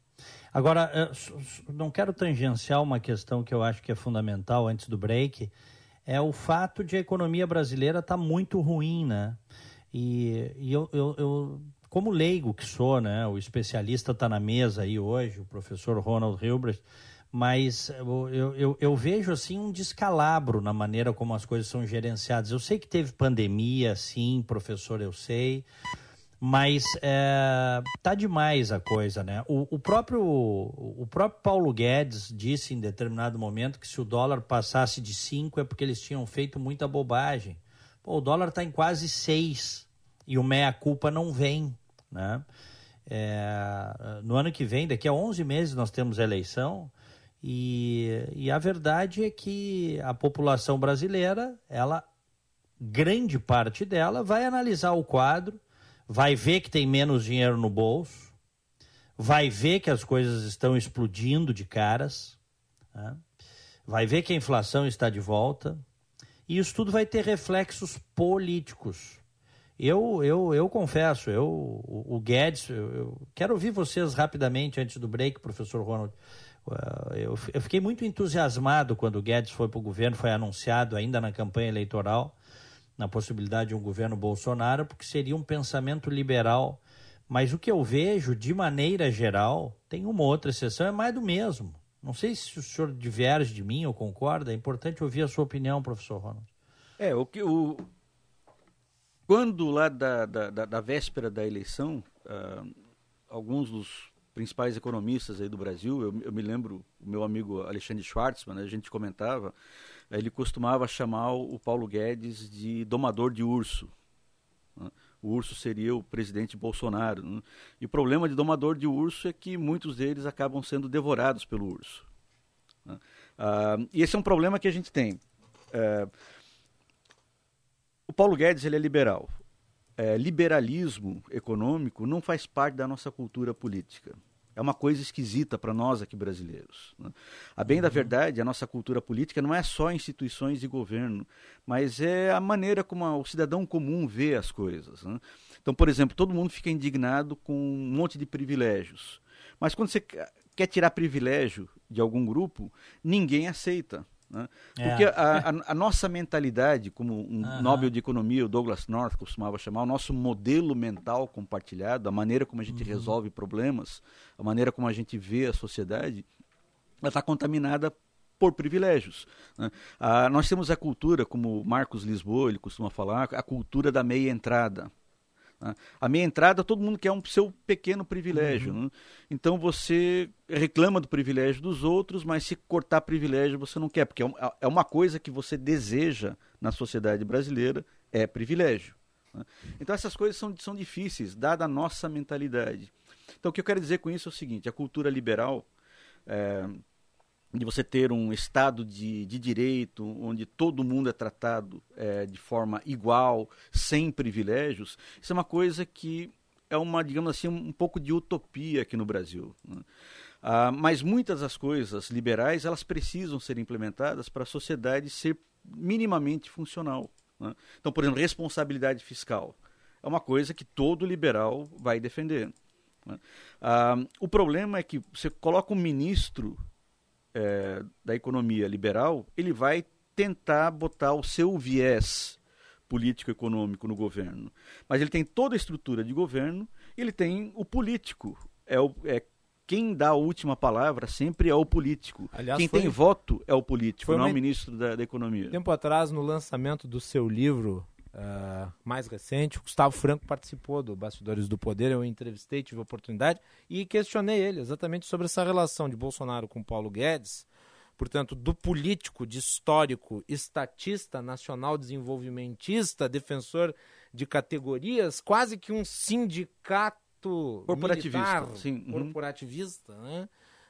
Agora, não quero tangenciar uma questão que eu acho que é fundamental antes do break, é o fato de a economia brasileira estar tá muito ruim, né? E, e eu, eu, eu, como leigo que sou, né, o especialista está na mesa aí hoje, o professor Ronald Hilbrecht, mas eu, eu, eu vejo assim um descalabro na maneira como as coisas são gerenciadas. Eu sei que teve pandemia, sim, professor, eu sei, mas é, tá demais a coisa, né? O, o, próprio, o próprio Paulo Guedes disse em determinado momento que se o dólar passasse de cinco é porque eles tinham feito muita bobagem. Pô, o dólar está em quase seis e o meia-culpa não vem, né? É, no ano que vem, daqui a onze meses, nós temos eleição. E, e a verdade é que a população brasileira, ela, grande parte dela, vai analisar o quadro, vai ver que tem menos dinheiro no bolso, vai ver que as coisas estão explodindo de caras, né? Vai ver que a inflação está de volta, e isso tudo vai ter reflexos políticos. Eu, eu, eu confesso, eu, o, o Guedes, eu, eu quero ouvir vocês rapidamente antes do break, professor Ronald. Eu, eu fiquei muito entusiasmado quando o Guedes foi para o governo, foi anunciado ainda na campanha eleitoral, na possibilidade de um governo Bolsonaro, porque seria um pensamento liberal. Mas o que eu vejo, de maneira geral, tem uma outra exceção, é mais do mesmo. Não sei se o senhor diverge de mim ou concorda, é importante ouvir a sua opinião, professor Ronald. É, o que o... Quando lá da, da, da, da véspera da eleição, uh, alguns dos principais economistas aí do Brasil, eu, eu me lembro, o meu amigo Alexandre Schwartzman, né, a gente comentava, ele costumava chamar o Paulo Guedes de domador de urso. Né? O urso seria o presidente Bolsonaro. Né? E o problema de domador de urso é que muitos deles acabam sendo devorados pelo urso. Né? Ah, e esse é um problema que a gente tem. É, o Paulo Guedes ele é liberal. É, liberalismo econômico não faz parte da nossa cultura política. É uma coisa esquisita para nós aqui brasileiros, né? A bem uhum. da verdade, a nossa cultura política não é só instituições de governo, mas é a maneira como o cidadão comum vê as coisas, né? Então, por exemplo, todo mundo fica indignado com um monte de privilégios. Mas quando você quer tirar privilégio de algum grupo, ninguém aceita, né? Porque é. a, a, a nossa mentalidade, como um uhum. Nobel de Economia, o Douglas North costumava chamar, o nosso modelo mental compartilhado, a maneira como a gente uhum. resolve problemas, a maneira como a gente vê a sociedade, ela está contaminada por privilégios, né? Ah, nós temos a cultura, como Marcos Lisboa ele costuma falar, a cultura da meia entrada. A meia entrada, todo mundo quer um seu pequeno privilégio, uhum. né? Então você reclama do privilégio dos outros, mas se cortar privilégio você não quer, porque é uma coisa que você deseja na sociedade brasileira, é privilégio, né? Então essas coisas são, são difíceis, dada a nossa mentalidade. Então o que eu quero dizer com isso é o seguinte: a cultura liberal, é, de você ter um Estado de, de direito, onde todo mundo é tratado é, de forma igual, sem privilégios, isso é uma coisa que é uma, digamos assim, um, um pouco de utopia aqui no Brasil, né? Ah, mas muitas das coisas liberais, elas precisam ser implementadas para a sociedade ser minimamente funcional, né? Então, por exemplo, responsabilidade fiscal é uma coisa que todo liberal vai defender, né? Ah, o problema é que você coloca um ministro É, da economia liberal, ele vai tentar botar o seu viés político-econômico no governo. Mas ele tem toda a estrutura de governo, ele tem o político. É, o, é quem dá a última palavra sempre é o político. Aliás, quem foi, tem voto é o político, não uma, o ministro da, da economia. Tempo atrás, no lançamento do seu livro uh, mais recente, o Gustavo Franco participou do Bastidores do Poder, eu entrevistei, tive a oportunidade e questionei ele exatamente sobre essa relação de Bolsonaro com Paulo Guedes, portanto, do político, de histórico, estatista, nacional desenvolvimentista, defensor de categorias, quase que um sindicato corporativista, militar, sim. Uhum. corporativista, né?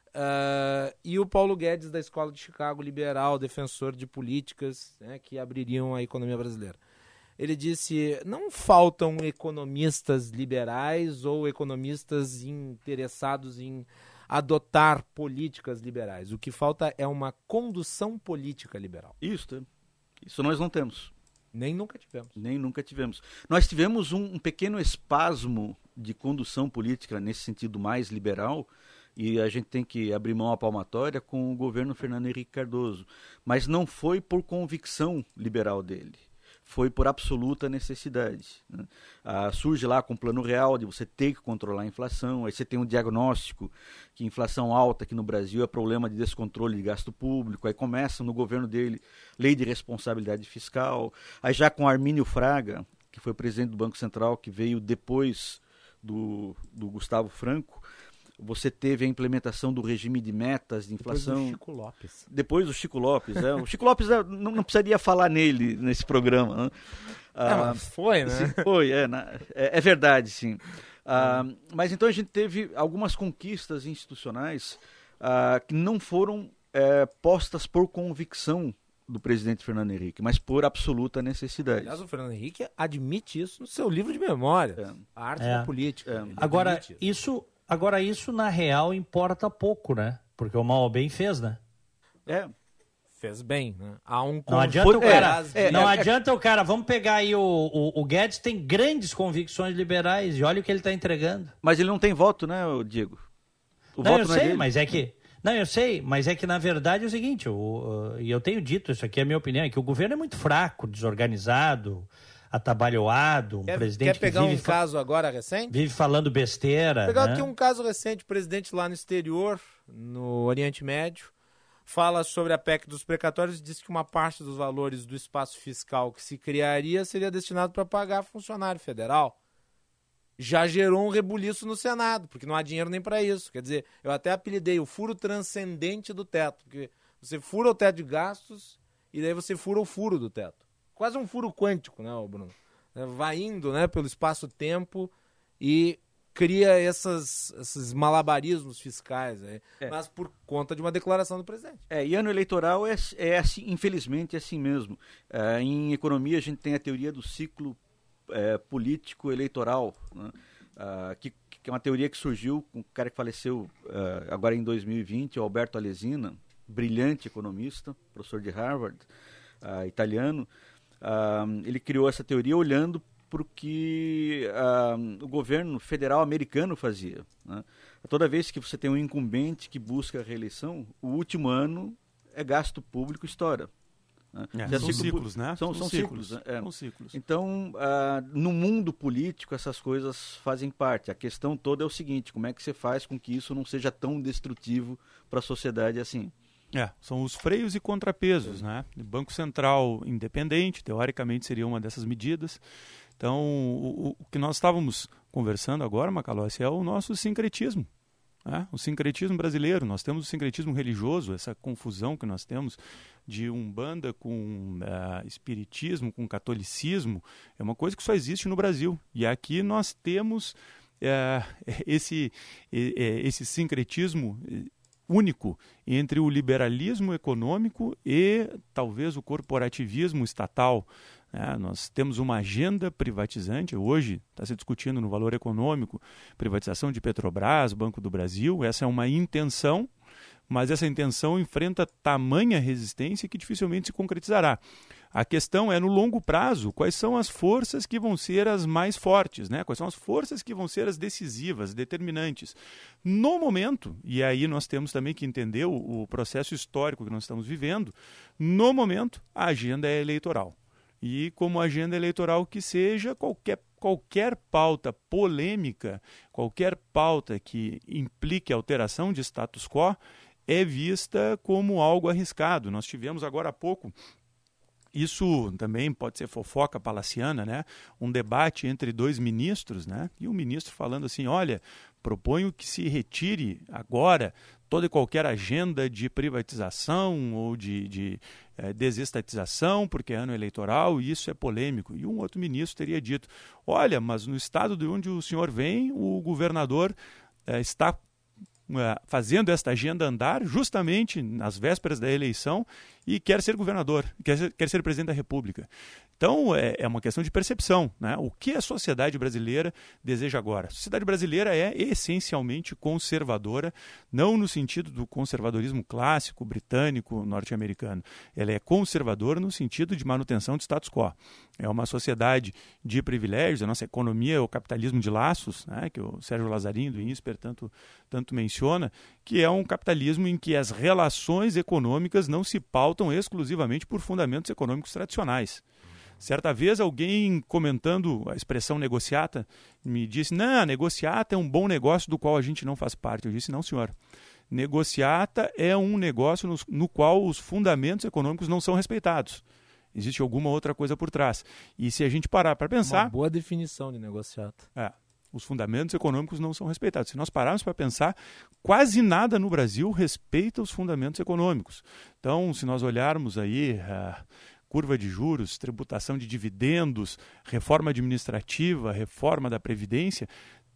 Uh, e o Paulo Guedes da Escola de Chicago, liberal, defensor de políticas, né, que abririam a economia brasileira. Ele disse, não faltam economistas liberais ou economistas interessados em adotar políticas liberais. O que falta é uma condução política liberal. Isso, isso nós não temos. Nem nunca tivemos. Nem nunca tivemos. Nós tivemos um, um pequeno espasmo de condução política nesse sentido mais liberal, e a gente tem que abrir mão à palmatória com o governo Fernando Henrique Cardoso. Mas não foi por convicção liberal dele. Foi por absoluta necessidade, né? Ah, surge lá com o plano real de você ter que controlar a inflação, aí você tem um diagnóstico que inflação alta aqui no Brasil é problema de descontrole de gasto público, aí começa no governo dele lei de responsabilidade fiscal, aí já com Armínio Fraga, que foi presidente do Banco Central, que veio depois do, do Gustavo Franco, você teve a implementação do regime de metas de inflação. Depois do Chico Lopes. Depois do Chico Lopes. É. O Chico Lopes não, não precisaria falar nele nesse programa, né? Ah, mas foi, né? Sim, foi, é, é, é verdade, sim. Ah, mas então a gente teve algumas conquistas institucionais ah, que não foram é, postas por convicção do presidente Fernando Henrique, mas por absoluta necessidade. Aliás, o Fernando Henrique admite isso no seu livro de memória, é. A Arte é. da Política. É. Agora, isso... Agora, isso, na real, importa pouco, né? Porque o mal ou bem fez, né? É. Fez bem, né? Há um não adianta o cara, é, não é, adianta o cara, vamos pegar aí o, o, o Guedes, tem grandes convicções liberais, e olha o que ele está entregando. Mas ele não tem voto, né, Diego? O não, voto eu não sei, é mas é que... Não, eu sei, mas é que, na verdade, é o seguinte, e eu, eu tenho dito, isso aqui é a minha opinião, é que o governo é muito fraco, desorganizado, atabalhoado, um quer, presidente quer pegar que vive um caso agora recente? Vive falando besteira. Vou pegar né? aqui um caso recente, o presidente lá no exterior, no Oriente Médio, fala sobre a P E C dos precatórios e diz que uma parte dos valores do espaço fiscal que se criaria seria destinado para pagar funcionário federal. Já gerou um rebuliço no Senado, porque não há dinheiro nem para isso. Quer dizer, eu até apelidei o furo transcendente do teto, porque você fura o teto de gastos e daí você fura o furo do teto. Quase um furo quântico, né, Bruno? Vai indo, né, pelo espaço-tempo e cria essas, esses malabarismos fiscais, né? É. Mas por conta de uma declaração do presidente. É, e ano eleitoral é, é assim, infelizmente, é assim mesmo. É, em economia, a gente tem a teoria do ciclo é, político-eleitoral, né? Ah, que, que que é uma teoria que surgiu com um cara que faleceu uh, agora em dois mil e vinte, o Alberto Alesina, brilhante economista, professor de Harvard, uh, italiano. Uh, ele criou essa teoria olhando para o que uh, o governo federal americano fazia, né? Toda vez que você tem um incumbente que busca a reeleição, o último ano é gasto público estoura. Né? É, são ciclos, né? São, são, são ciclos. ciclos. É. São ciclos. Então, uh, no mundo político, essas coisas fazem parte. A questão toda é o seguinte, como é que você faz com que isso não seja tão destrutivo para a sociedade assim? É, são os freios e contrapesos, né? O Banco Central independente, teoricamente, seria uma dessas medidas. Então, o, o que nós estávamos conversando agora, Macalossi, é o nosso sincretismo. Né? O sincretismo brasileiro. Nós temos o sincretismo religioso, essa confusão que nós temos de umbanda com uh, espiritismo, com catolicismo, é uma coisa que só existe no Brasil. E aqui nós temos uh, esse, esse sincretismo único entre o liberalismo econômico e talvez o corporativismo estatal. É, nós temos uma agenda privatizante, hoje está se discutindo no Valor Econômico, privatização de Petrobras, Banco do Brasil, essa é uma intenção, mas essa intenção enfrenta tamanha resistência que dificilmente se concretizará. A questão é, no longo prazo, quais são as forças que vão ser as mais fortes, né? Quais são as forças que vão ser as decisivas, determinantes. No momento, e aí nós temos também que entender o, o processo histórico que nós estamos vivendo, no momento a agenda é eleitoral. E como agenda eleitoral que seja, qualquer, qualquer pauta polêmica, qualquer pauta que implique alteração de status quo é vista como algo arriscado. Nós tivemos agora há pouco, isso também pode ser fofoca palaciana, né? Um debate entre dois ministros, né? E um ministro falando assim, olha, proponho que se retire agora toda e qualquer agenda de privatização ou de, de eh, desestatização, porque é ano eleitoral e isso é polêmico. E um outro ministro teria dito, olha, mas no estado de onde o senhor vem, o governador eh, está eh, fazendo esta agenda andar justamente nas vésperas da eleição e quer ser governador, quer ser, quer ser presidente da República. Então, é, é uma questão de percepção, né? O que a sociedade brasileira deseja agora? A sociedade brasileira é essencialmente conservadora, não no sentido do conservadorismo clássico, britânico, norte-americano. Ela é conservadora no sentido de manutenção de status quo. É uma sociedade de privilégios, a nossa economia é o capitalismo de laços, né? Que o Sérgio Lazarinho do INSPER tanto, tanto menciona, que é um capitalismo em que as relações econômicas não se pautam exclusivamente por fundamentos econômicos tradicionais. Certa vez alguém comentando a expressão negociata me disse, não, negociata é um bom negócio do qual a gente não faz parte. Eu disse, não senhor, negociata é um negócio no, no qual os fundamentos econômicos não são respeitados. Existe alguma outra coisa por trás. E se a gente parar para pensar... Uma boa definição de negociata. É, os fundamentos econômicos não são respeitados. Se nós pararmos para pensar, quase nada no Brasil respeita os fundamentos econômicos. Então, se nós olharmos aí... Uh, curva de juros, tributação de dividendos, reforma administrativa, reforma da Previdência,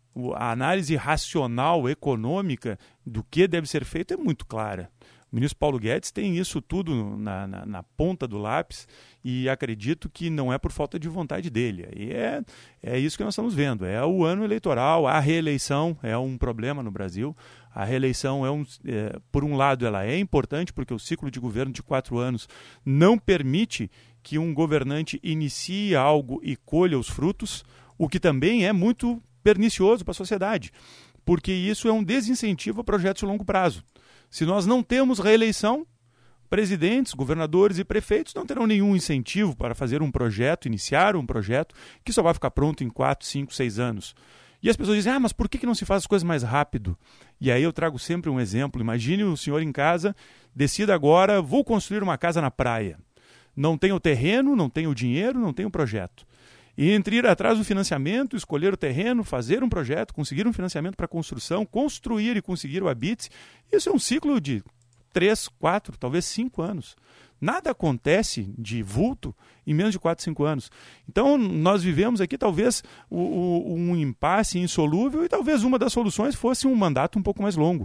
a análise racional, econômica do que deve ser feito é muito clara. O ministro Paulo Guedes tem isso tudo na, na, na ponta do lápis e acredito que não é por falta de vontade dele. E é, é isso que nós estamos vendo. É o ano eleitoral, a reeleição é um problema no Brasil. A reeleição, é um, é, por um lado, ela é importante porque o ciclo de governo de quatro anos não permite que um governante inicie algo e colha os frutos, o que também é muito pernicioso para a sociedade, porque isso é um desincentivo a projetos de longo prazo. Se nós não temos reeleição, presidentes, governadores e prefeitos não terão nenhum incentivo para fazer um projeto, iniciar um projeto que só vai ficar pronto em quatro, cinco, seis anos. E as pessoas dizem, ah, mas por que não se faz as coisas mais rápido? E aí eu trago sempre um exemplo. Imagine o senhor em casa, decida agora, vou construir uma casa na praia. Não tem o terreno, não tem o dinheiro, não tem o projeto. E entre ir atrás do financiamento, escolher o terreno, fazer um projeto, conseguir um financiamento para a construção, construir e conseguir o habite, isso é um ciclo de três, quatro, talvez cinco anos. Nada acontece de vulto em menos de quatro, cinco anos. Então, nós vivemos aqui talvez o, o, um impasse insolúvel e talvez uma das soluções fosse um mandato um pouco mais longo.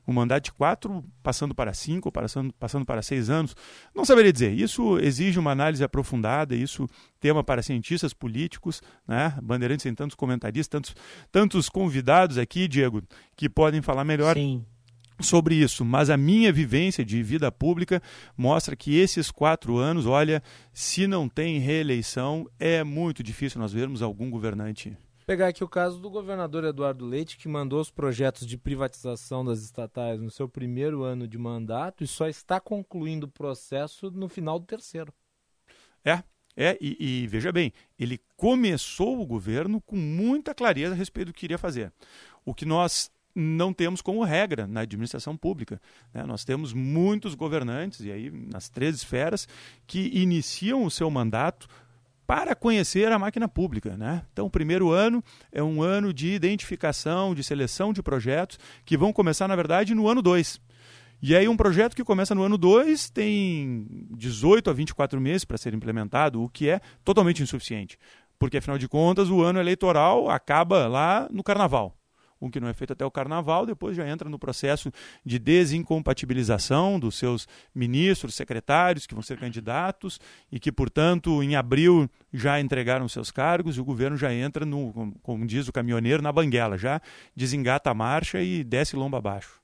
um mandato de quatro passando para cinco, passando, passando para seis anos. Não saberia dizer. Isso exige uma análise aprofundada, isso tema para cientistas políticos, né? Bandeirantes tem tantos comentaristas, tantos, tantos convidados aqui, Diego, que podem falar melhor Sim. sobre isso, mas a minha vivência de vida pública mostra que esses quatro anos, olha, se não tem reeleição, é muito difícil nós vermos algum governante. Pegar aqui o caso do governador Eduardo Leite, que mandou os projetos de privatização das estatais no seu primeiro ano de mandato e só está concluindo o processo no final do terceiro. É, é e, e veja bem, ele começou o governo com muita clareza a respeito do que iria fazer. O que nós não temos como regra na administração pública, né? Nós temos muitos governantes, e aí nas três esferas, que iniciam o seu mandato para conhecer a máquina pública, né? Então, o primeiro ano é um ano de identificação, de seleção de projetos, que vão começar, na verdade, no ano dois. E aí um projeto que começa no ano dois tem dezoito a vinte e quatro meses para ser implementado, o que é totalmente insuficiente, porque, afinal de contas, o ano eleitoral acaba lá no Carnaval. O que não é feito até o Carnaval, depois já entra no processo de desincompatibilização dos seus ministros, secretários, que vão ser candidatos e que, portanto, em abril já entregaram seus cargos e o governo já entra, no, como diz o caminhoneiro, na banguela, já desengata a marcha e desce lomba abaixo.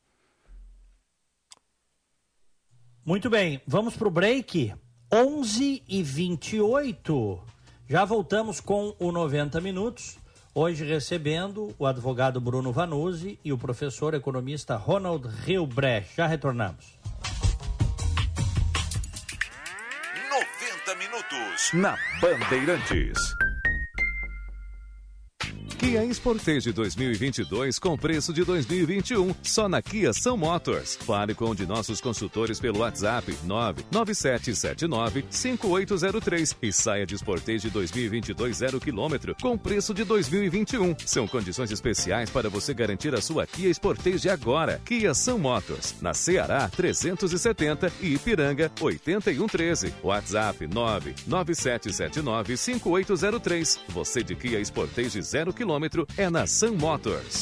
Muito bem, vamos para o break, onze e vinte e oito. Já voltamos com o noventa minutos. Hoje recebendo o advogado Bruno Vanuzzi e o professor economista Ronald Riobrecht. Já retornamos. noventa minutos na Bandeirantes. Kia Sportage dois mil e vinte e dois com preço de dois mil e vinte e um, só na Kia São Motors. Fale com um de nossos consultores pelo WhatsApp nove nove sete sete nove cinco oito zero três e saia de Sportage dois mil e vinte e dois zero quilômetro com preço de dois mil e vinte e um. São condições especiais para você garantir a sua Kia Sportage agora. Kia São Motors, na Ceará trezentos e setenta e Ipiranga oitenta e um treze. WhatsApp nove nove sete sete nove cinco oito zero três. Você de Kia Sportage zero quilômetro é na Sun Motors.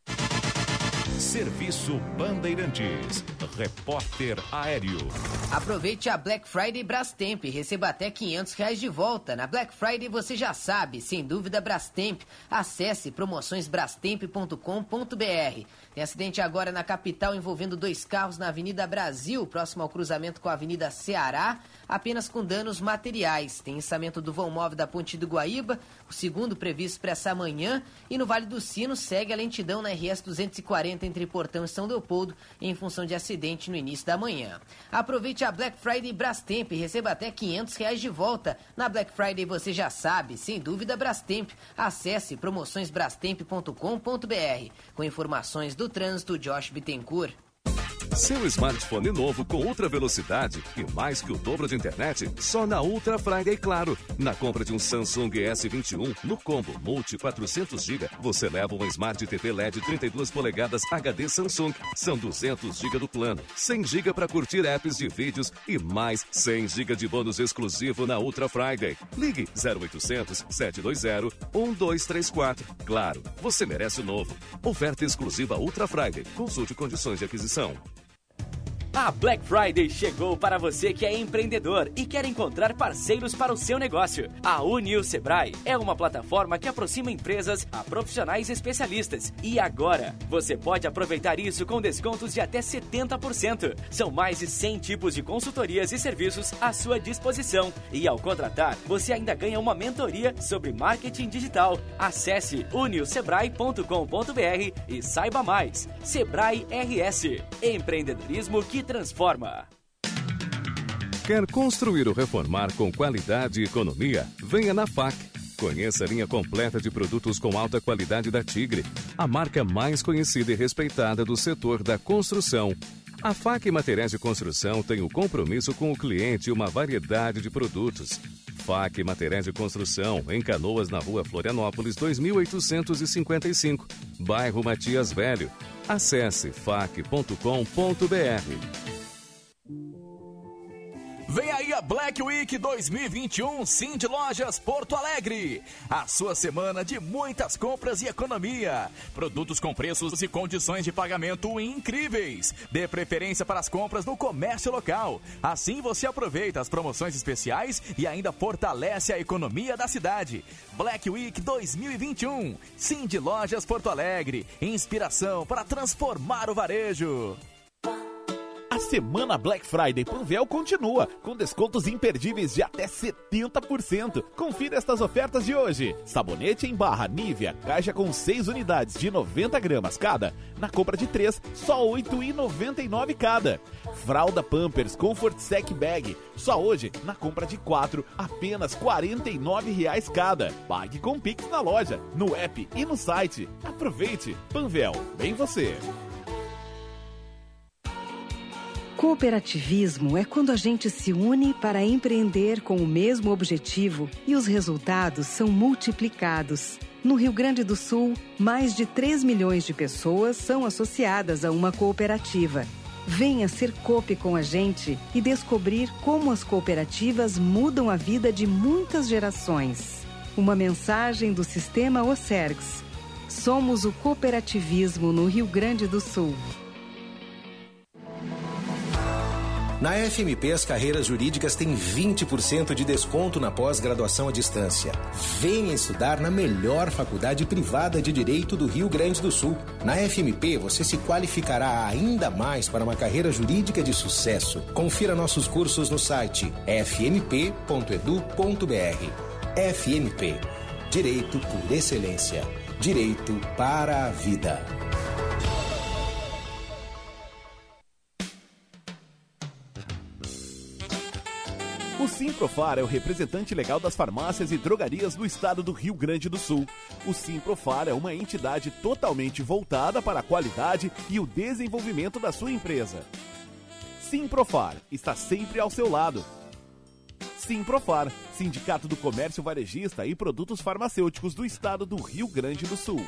Serviço Bandeirantes. Repórter Aéreo. Aproveite a Black Friday Brastemp e receba até quinhentos reais de volta. Na Black Friday você já sabe, sem dúvida Brastemp. Acesse promoções brastemp ponto com ponto b r. Tem acidente agora na capital envolvendo dois carros na Avenida Brasil, próximo ao cruzamento com a Avenida Ceará, apenas com danos materiais. Tem içamento do vão móvel da Ponte do Guaíba, o segundo previsto para essa manhã, e no Vale do Sino segue a lentidão na R S duzentos e quarenta entre Portão e São Leopoldo, em função de acidente no início da manhã. Aproveite a Black Friday Brastemp e receba até quinhentos reais de volta. Na Black Friday você já sabe, sem dúvida Brastemp. Acesse promoções brastemp ponto com ponto b r. Com informações do trânsito, Josh Bittencourt. Seu smartphone novo com ultra velocidade e mais que o dobro de internet, só na Ultra Friday Claro. Na compra de um Samsung S vinte e um, no combo Multi quatrocentos gigabytes, você leva uma Smart T V L E D trinta e duas polegadas H D Samsung. São duzentos gigabytes do plano, cem gigabytes para curtir apps de vídeos e mais cem gigabytes de bônus exclusivo na Ultra Friday. Ligue zero oitocentos, sete dois zero, um dois três quatro. Claro, você merece o novo. Oferta exclusiva Ultra Friday. Consulte condições de aquisição. A Black Friday chegou para você que é empreendedor e quer encontrar parceiros para o seu negócio. A Unil Sebrae é uma plataforma que aproxima empresas a profissionais especialistas. E agora, você pode aproveitar isso com descontos de até setenta por cento. São mais de cem tipos de consultorias e serviços à sua disposição. E ao contratar, você ainda ganha uma mentoria sobre marketing digital. Acesse unil sebrae ponto com ponto b r e saiba mais. Sebrae R S. Empreendedorismo que transforma. Quer construir ou reformar com qualidade e economia? Venha na F A C. Conheça a linha completa de produtos com alta qualidade da Tigre, a marca mais conhecida e respeitada do setor da construção. A F A C Materiais de Construção tem o compromisso com o cliente e uma variedade de produtos. F A C Materiais de Construção, em Canoas, na rua Florianópolis, dois mil oitocentos e cinquenta e cinco, bairro Matias Velho. Acesse fac ponto com ponto b r. Vem aí a Black Week dois mil e vinte e um Cindy Lojas Porto Alegre. A sua semana de muitas compras e economia. Produtos com preços e condições de pagamento incríveis. Dê preferência para as compras no comércio local. Assim você aproveita as promoções especiais e ainda fortalece a economia da cidade. Black Week dois mil e vinte e um Cindy Lojas Porto Alegre. Inspiração para transformar o varejo. A semana Black Friday Panvel continua, com descontos imperdíveis de até setenta por cento. Confira estas ofertas de hoje. Sabonete em barra Nivea, caixa com seis unidades de noventa gramas cada. Na compra de três, só oito reais e noventa e nove centavos cada. Fralda Pampers Comfort Sec Bag, só hoje, na compra de quatro, apenas quarenta e nove reais cada. Pague com Pix na loja, no app e no site. Aproveite. Panvel, bem você. Cooperativismo é quando a gente se une para empreender com o mesmo objetivo e os resultados são multiplicados. No Rio Grande do Sul, mais de três milhões de pessoas são associadas a uma cooperativa. Venha ser Coop com a gente e descobrir como as cooperativas mudam a vida de muitas gerações. Uma mensagem do Sistema OCERGS. Somos o cooperativismo no Rio Grande do Sul. Na F M P, as carreiras jurídicas têm vinte por cento de desconto na pós-graduação à distância. Venha estudar na melhor faculdade privada de Direito do Rio Grande do Sul. Na F M P, você se qualificará ainda mais para uma carreira jurídica de sucesso. Confira nossos cursos no site f m p ponto edu ponto b r. F M P. Direito por excelência. Direito para a vida. O Simprofar é o representante legal das farmácias e drogarias do estado do Rio Grande do Sul. O Simprofar é uma entidade totalmente voltada para a qualidade e o desenvolvimento da sua empresa. Simprofar está sempre ao seu lado. Simprofar, Sindicato do Comércio Varejista e Produtos Farmacêuticos do estado do Rio Grande do Sul.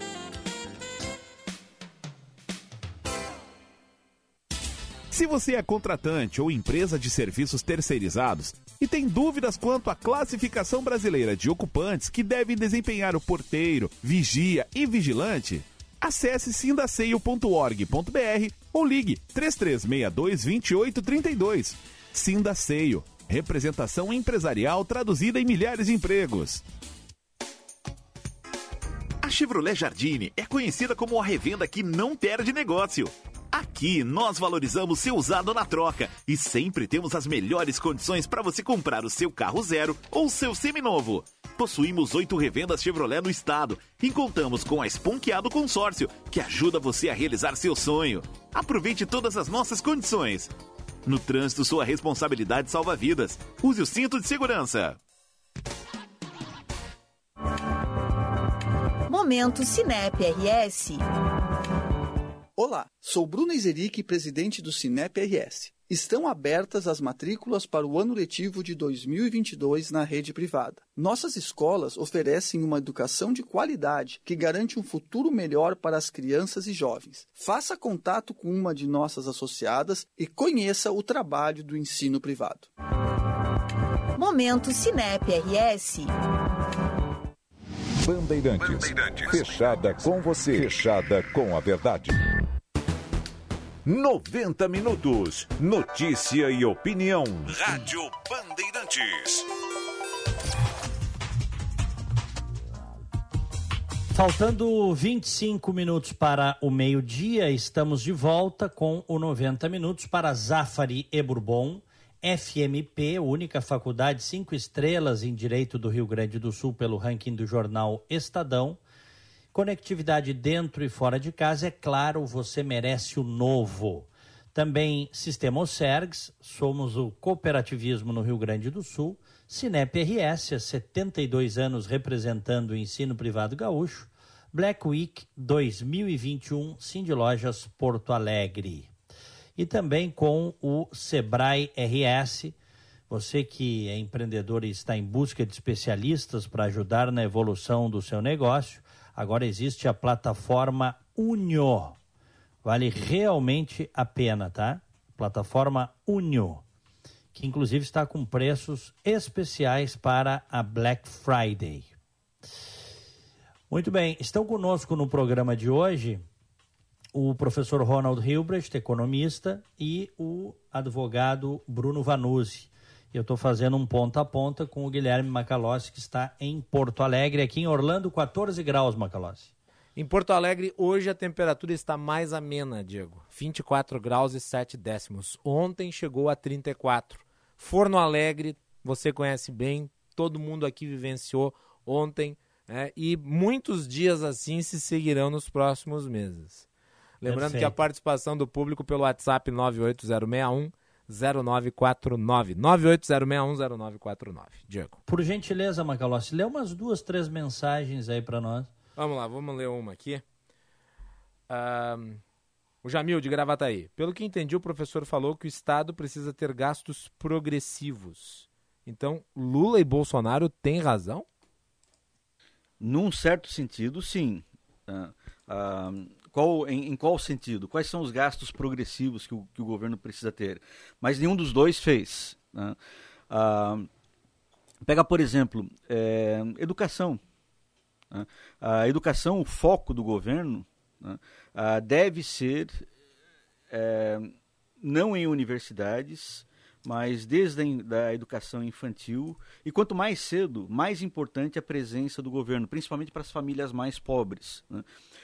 Se você é contratante ou empresa de serviços terceirizados e tem dúvidas quanto à classificação brasileira de ocupantes que devem desempenhar o porteiro, vigia e vigilante, acesse sindaceio ponto org ponto b r ou ligue três três seis dois, dois oito três dois. Sindaceio, representação empresarial traduzida em milhares de empregos. A Chevrolet Jardine é conhecida como a revenda que não perde negócio. Aqui nós valorizamos seu usado na troca e sempre temos as melhores condições para você comprar o seu carro zero ou seu seminovo. Possuímos oito revendas Chevrolet no estado e contamos com a Esponqueado Consórcio, que ajuda você a realizar seu sonho. Aproveite todas as nossas condições. No trânsito, sua responsabilidade salva vidas. Use o cinto de segurança. Momento Cinep R S. Olá, sou Bruno Izeric, presidente do Cinep R S. Estão abertas as matrículas para o ano letivo de dois mil e vinte e dois na rede privada. Nossas escolas oferecem uma educação de qualidade que garante um futuro melhor para as crianças e jovens. Faça contato com uma de nossas associadas e conheça o trabalho do ensino privado. Momento Cinep R S. Bandeirantes, Bandeirantes, fechada com você, fechada com a verdade. noventa minutos, notícia e opinião. Rádio Bandeirantes. Faltando vinte e cinco minutos para o meio-dia, estamos de volta com o noventa minutos para Zafari e Bourbon. F M P, única faculdade cinco estrelas em Direito do Rio Grande do Sul pelo ranking do jornal Estadão. Conectividade dentro e fora de casa, é claro, você merece o novo. Também Sistema OCERGS, somos o cooperativismo no Rio Grande do Sul. Cinep R S, há setenta e dois anos representando o ensino privado gaúcho. Black Week dois mil e vinte e um, Cindy Lojas Porto Alegre. E também com o Sebrae R S, você que é empreendedor e está em busca de especialistas para ajudar na evolução do seu negócio, agora existe a plataforma Unio. Vale realmente a pena, tá? Plataforma Unio, que inclusive está com preços especiais para a Black Friday. Muito bem, estão conosco no programa de hoje o professor Ronald Hilbrecht, economista, e o advogado Bruno Vanuzzi. Eu estou fazendo um ponta a ponta com o Guilherme Macalossi, que está em Porto Alegre, aqui em Orlando, quatorze graus, Macalossi. Em Porto Alegre, hoje a temperatura está mais amena, Diego. vinte e quatro graus e sete décimos. Ontem chegou a trinta e quatro. Forno Alegre, você conhece bem, todo mundo aqui vivenciou ontem, né? E muitos dias assim se seguirão nos próximos meses. Lembrando Perfeito. que a participação do público pelo WhatsApp nove oito zero seis um zero nove quatro nove. nove oito zero seis um zero nove quatro nove. Diego. Por gentileza, Macalossi, lê umas duas, três mensagens aí para nós. Vamos lá, vamos ler uma aqui. Um, o Jamil, de Gravataí. Pelo que entendi, o professor falou que o Estado precisa ter gastos progressivos. Então, Lula e Bolsonaro têm razão? Num certo sentido, sim. Uh, uh, qual, em, em qual sentido? Quais são os gastos progressivos que o, que o governo precisa ter? Mas nenhum dos dois fez. Né? Uh, pega, por exemplo, é, educação. Né? A educação, o foco do governo, né? uh, deve ser é, não em universidades, mas desde a da educação infantil, e quanto mais cedo, mais importante a presença do governo, principalmente para as famílias mais pobres. Né?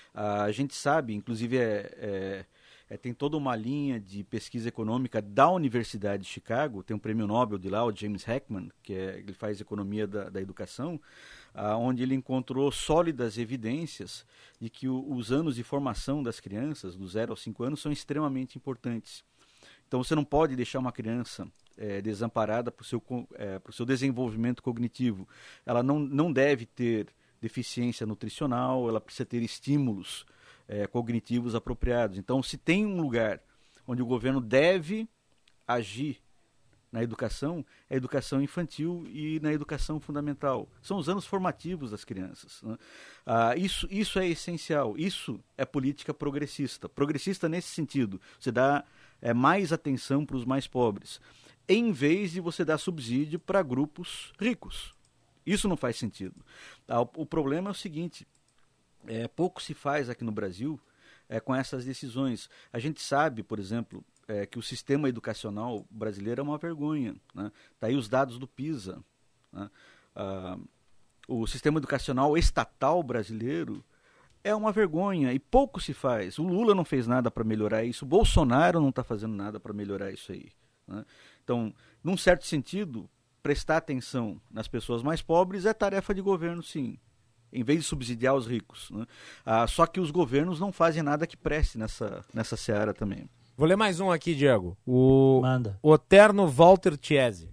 A gente sabe, inclusive é, é, é, tem toda uma linha de pesquisa econômica da Universidade de Chicago, tem um prêmio Nobel de lá, o James Heckman, que é, ele faz economia da, da educação, ah, onde ele encontrou sólidas evidências de que o, os anos de formação das crianças, do zero aos cinco anos, são extremamente importantes. Então você não pode deixar uma criança é, desamparada para o seu, é, pro seu desenvolvimento cognitivo. Ela não, não deve ter deficiência nutricional, ela precisa ter estímulos é, cognitivos apropriados. Então, se tem um lugar onde o governo deve agir na educação, é a educação infantil e na educação fundamental. São os anos formativos das crianças. Né? Ah, isso, isso é essencial. Isso é política progressista. Progressista nesse sentido. Você dá é, mais atenção para os mais pobres, em vez de você dar subsídio para grupos ricos. Isso não faz sentido. Ah, o, o problema é o seguinte, é, pouco se faz aqui no Brasil é, com essas decisões. A gente sabe, por exemplo, é, que o sistema educacional brasileiro é uma vergonha. Né? Tá aí os dados do PISA. Né? Ah, o sistema educacional estatal brasileiro é uma vergonha e pouco se faz. O Lula não fez nada para melhorar isso, o Bolsonaro não está fazendo nada para melhorar isso aí. Né? Então, num certo sentido, prestar atenção nas pessoas mais pobres é tarefa de governo, sim, em vez de subsidiar os ricos. Né? Ah, só que os governos não fazem nada que preste nessa, nessa seara também. Vou ler mais um aqui, Diego. O, Manda. o eterno Walter Chiesi.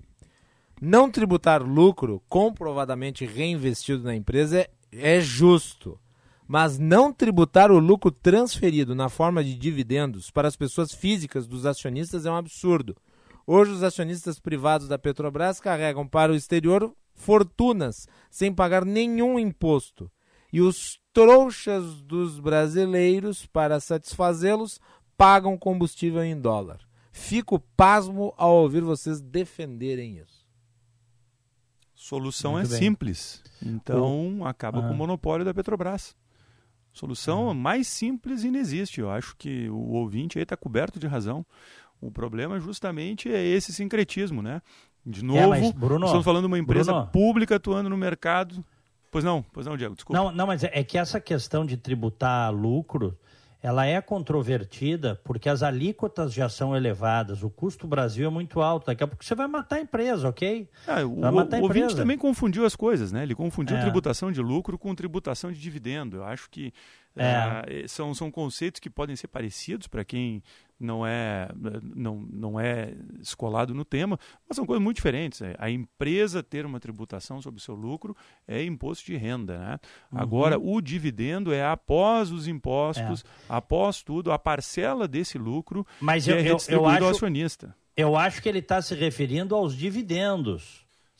Não tributar lucro comprovadamente reinvestido na empresa é, é justo, mas não tributar o lucro transferido na forma de dividendos para as pessoas físicas dos acionistas é um absurdo. Hoje os acionistas privados da Petrobras carregam para o exterior fortunas sem pagar nenhum imposto. E os trouxas dos brasileiros, para satisfazê-los, pagam combustível em dólar. Fico pasmo ao ouvir vocês defenderem isso. Solução Muito é bem. simples. Então O- acaba Ah. com o monopólio da Petrobras. Solução mais simples inexiste. Eu acho que o ouvinte aí está coberto de razão. O problema justamente é esse sincretismo, né? De novo, mas, Bruno, estamos falando de uma empresa Bruno. pública atuando no mercado. Pois não, pois não, Diego, desculpa. Não, não, mas é, é que essa questão de tributar lucro, ela é controvertida porque as alíquotas já são elevadas, o custo Brasil é muito alto, daqui a pouco você vai matar a empresa, ok? Ah, o vai matar a o ouvinte empresa. também confundiu as coisas, né? Ele confundiu É. tributação de lucro com tributação de dividendo. Eu acho que É. ah, são, são conceitos que podem ser parecidos para quem não é, não, não é escolado no tema, mas são coisas muito diferentes. A empresa ter uma tributação sobre o seu lucro é imposto de renda, né? Uhum. Agora, o dividendo é após os impostos, após tudo, a parcela desse lucro Mas que eu, é eu, eu redistribuído ao acho, acionista. eu acho que ele está se referindo aos dividendos.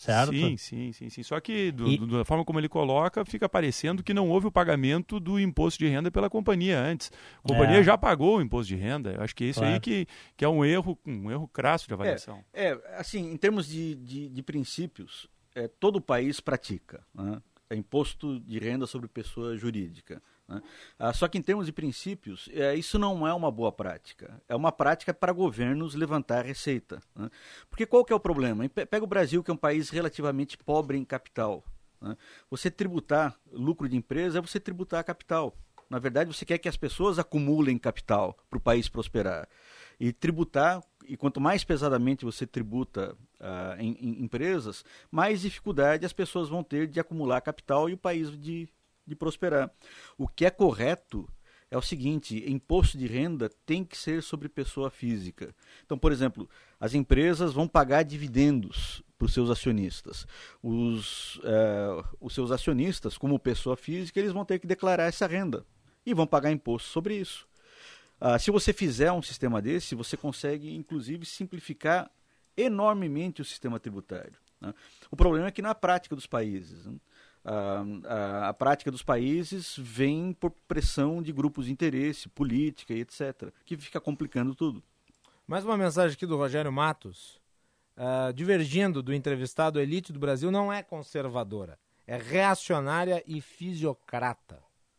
certo? Sim, sim, sim. sim. Só que do, e... do, da forma como ele coloca, fica parecendo que não houve o pagamento do imposto de renda pela companhia antes. A companhia é. já pagou o imposto de renda. Eu acho que é isso claro. aí que, que é um erro, um erro crasso de avaliação. É, é assim, em termos de, de, de princípios, é, todo o país pratica, né? É imposto de renda sobre pessoa jurídica. Né? Ah, só que em termos de princípios, é, isso não é uma boa prática. É uma prática para governos levantar receita. Né? Porque qual que é o problema? Pega o Brasil, que é um país relativamente pobre em capital. Né? Você tributar lucro de empresa é você tributar a capital. Na verdade, você quer que as pessoas acumulem capital para o país prosperar. E tributar, e quanto mais pesadamente você tributa uh, em, em empresas, mais dificuldade as pessoas vão ter de acumular capital e o país de, de prosperar. O que é correto é o seguinte: imposto de renda tem que ser sobre pessoa física. Então, por exemplo, as empresas vão pagar dividendos para os seus acionistas. Os, uh, os seus acionistas, como pessoa física, eles vão ter que declarar essa renda e vão pagar imposto sobre isso. Uh, se você fizer um sistema desse, você consegue, inclusive, simplificar enormemente o sistema tributário. Né? O problema é que na prática dos países, né? uh, a, a prática dos países vem por pressão de grupos de interesse, política e etcétera, que fica complicando tudo. Mais uma mensagem aqui do Rogério Matos. Uh, divergindo do entrevistado, a elite do Brasil não é conservadora, é reacionária e fisiocrata.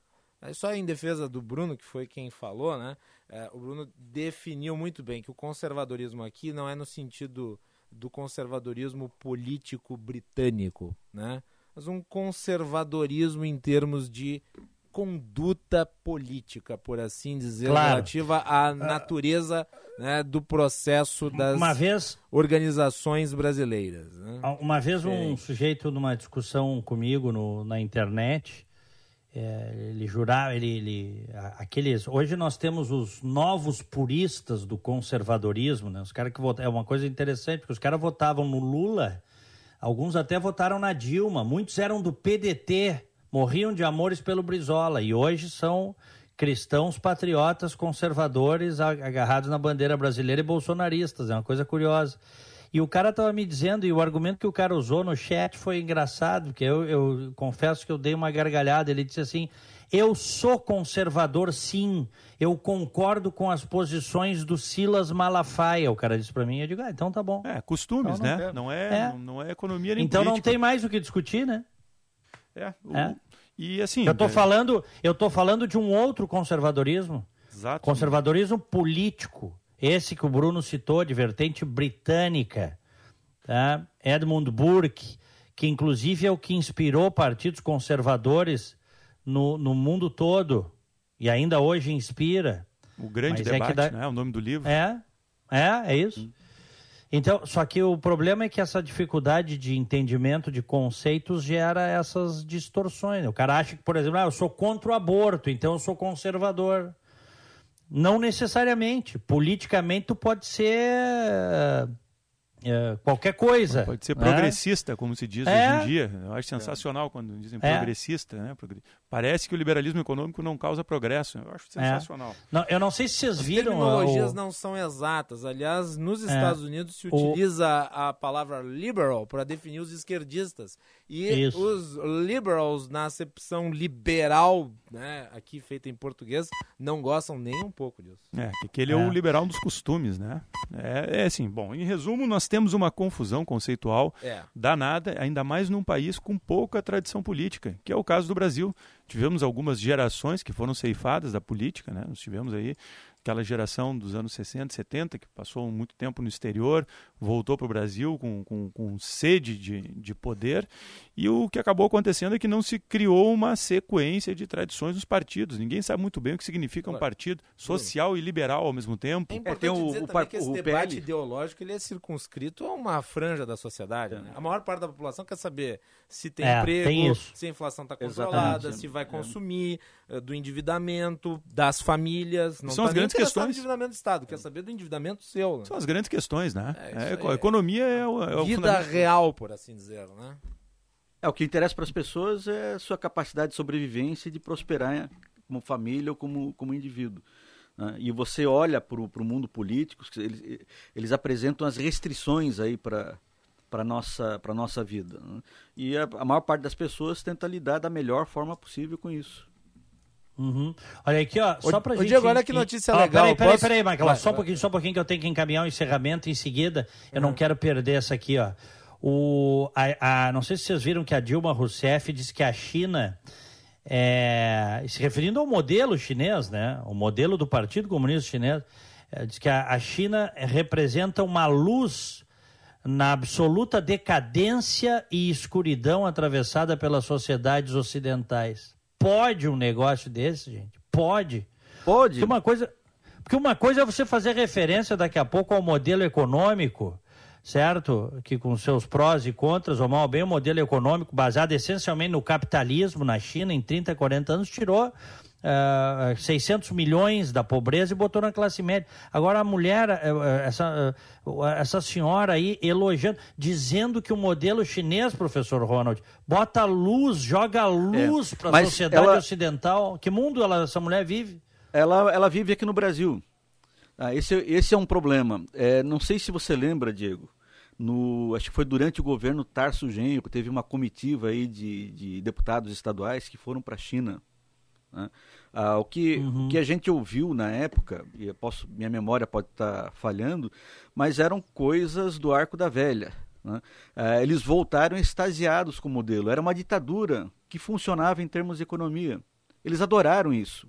Só em defesa do Bruno, que foi quem falou, né? É, o Bruno definiu muito bem que o conservadorismo aqui não é no sentido do conservadorismo político britânico, né? Mas um conservadorismo em termos de conduta política, por assim dizer, claro. relativa à natureza né, do processo das uma vez, organizações brasileiras. Né? Uma vez um Sim. sujeito numa discussão comigo no, na internet... É, ele jurava, ele, ele, aqueles, hoje nós temos os novos puristas do conservadorismo, né? Os caras que votam, é uma coisa interessante, porque os caras votavam no Lula, alguns até votaram na Dilma, muitos eram do P D T, morriam de amores pelo Brizola, e hoje são cristãos patriotas conservadores agarrados na bandeira brasileira e bolsonaristas, é uma coisa curiosa. E o cara estava me dizendo, e o argumento que o cara usou no chat foi engraçado, porque eu, eu confesso que eu dei uma gargalhada. Ele disse assim: eu sou conservador, sim, eu concordo com as posições do Silas Malafaia. O cara disse para mim, eu digo, ah, então tá bom. É, costumes, então, né? Não, não, é, é. Não, não é economia nem então política. Então não tem mais o que discutir, né? É, o... é. E assim... Eu tô, é... falando, eu tô falando de um outro conservadorismo. Exato. Conservadorismo político. Esse que o Bruno citou, de vertente britânica, tá? Edmund Burke, que inclusive é o que inspirou partidos conservadores no, no mundo todo, e ainda hoje inspira. O grande Mas debate, é dá... né? O nome do livro. É, é, é isso. Hum. Então, só que o problema é que essa dificuldade de entendimento de conceitos gera essas distorções. O cara acha que, por exemplo, ah, eu sou contra o aborto, então eu sou conservador. Não necessariamente. Politicamente, tu pode ser uh, uh, qualquer coisa. Pode ser progressista, né? Como se diz é. hoje em dia. Eu acho sensacional é. quando dizem é. progressista. Né? Parece que o liberalismo econômico não causa progresso. Eu acho sensacional. É. Não, eu não sei se vocês viram... As terminologias o... não são exatas. Aliás, nos Estados é. Unidos se utiliza o... a palavra liberal para definir os esquerdistas. E Isso. os liberals, na acepção liberal, né, aqui feita em português, não gostam nem um pouco disso. É, que ele é, é o liberal dos costumes, né? É, é assim, bom, em resumo, nós temos uma confusão conceitual é. danada, ainda mais num país com pouca tradição política, que é o caso do Brasil. Tivemos algumas gerações que foram ceifadas da política, né? Nós tivemos aí aquela geração dos anos sessenta, setenta, que passou muito tempo no exterior, voltou para o Brasil com, com, com sede de, de poder, e o que acabou acontecendo é que não se criou uma sequência de tradições nos partidos. Ninguém sabe muito bem o que significa um partido social e liberal ao mesmo tempo. É importante é, tem o, dizer o, também o, que esse o debate P L... ideológico ele é circunscrito a uma franja da sociedade. É. Né? A maior parte da população quer saber se tem é, emprego, tem se a inflação está controlada, Exatamente. se vai consumir, é. do endividamento, das famílias. Não São tá as grandes questões. Do endividamento do Estado, quer saber do endividamento seu. Né? São as grandes questões, né? É, é, a economia é o, é o vida real, por assim dizer, né? É, o que interessa para as pessoas é a sua capacidade de sobrevivência e de prosperar como família ou como, como indivíduo. Né? E você olha para o mundo político, eles, eles apresentam as restrições aí para para a nossa, para nossa vida. Né? E a, a maior parte das pessoas tenta lidar da melhor forma possível com isso. Uhum. Olha aqui, ó, só pra ô, gente... Diego, olha que notícia ó, legal. Peraí, peraí, posso... peraí, Marcelo, vai, só um vai. pouquinho, só um pouquinho que eu tenho que encaminhar o encerramento em seguida. Eu uhum. não quero perder essa aqui, ó. O, a, a, não sei se vocês viram que a Dilma Rousseff disse que a China, é, se referindo ao modelo chinês, né? O modelo do Partido Comunista Chinês, é, diz que a, a China representa uma luz na absoluta decadência e escuridão atravessada pelas sociedades ocidentais. Pode um negócio desse, gente? Pode. Pode. Porque uma coisa, porque uma coisa é você fazer referência daqui a pouco ao modelo econômico, certo? Que com seus prós e contras, ou mal ou bem, o modelo econômico baseado essencialmente no capitalismo na China, em trinta, quarenta anos, tirou uh, seiscentos milhões da pobreza e botou na classe média. Agora a mulher, uh, essa, uh, essa senhora aí elogiando, dizendo que o modelo chinês, professor Ronald, bota luz, joga luz é, para a sociedade ela... ocidental. Que mundo ela, essa mulher vive? Ela, ela vive aqui no Brasil. Ah, esse, esse é um problema. É, não sei se você lembra, Diego, no, acho que foi durante o governo Tarso Genro, teve uma comitiva aí de, de deputados estaduais que foram para a China. Né? Ah, o que, uhum. que a gente ouviu na época, e eu posso, minha memória pode estar tá falhando, mas eram coisas do Arco da Velha. Né? Ah, eles voltaram extasiados com o modelo. Era uma ditadura que funcionava em termos de economia. Eles adoraram isso.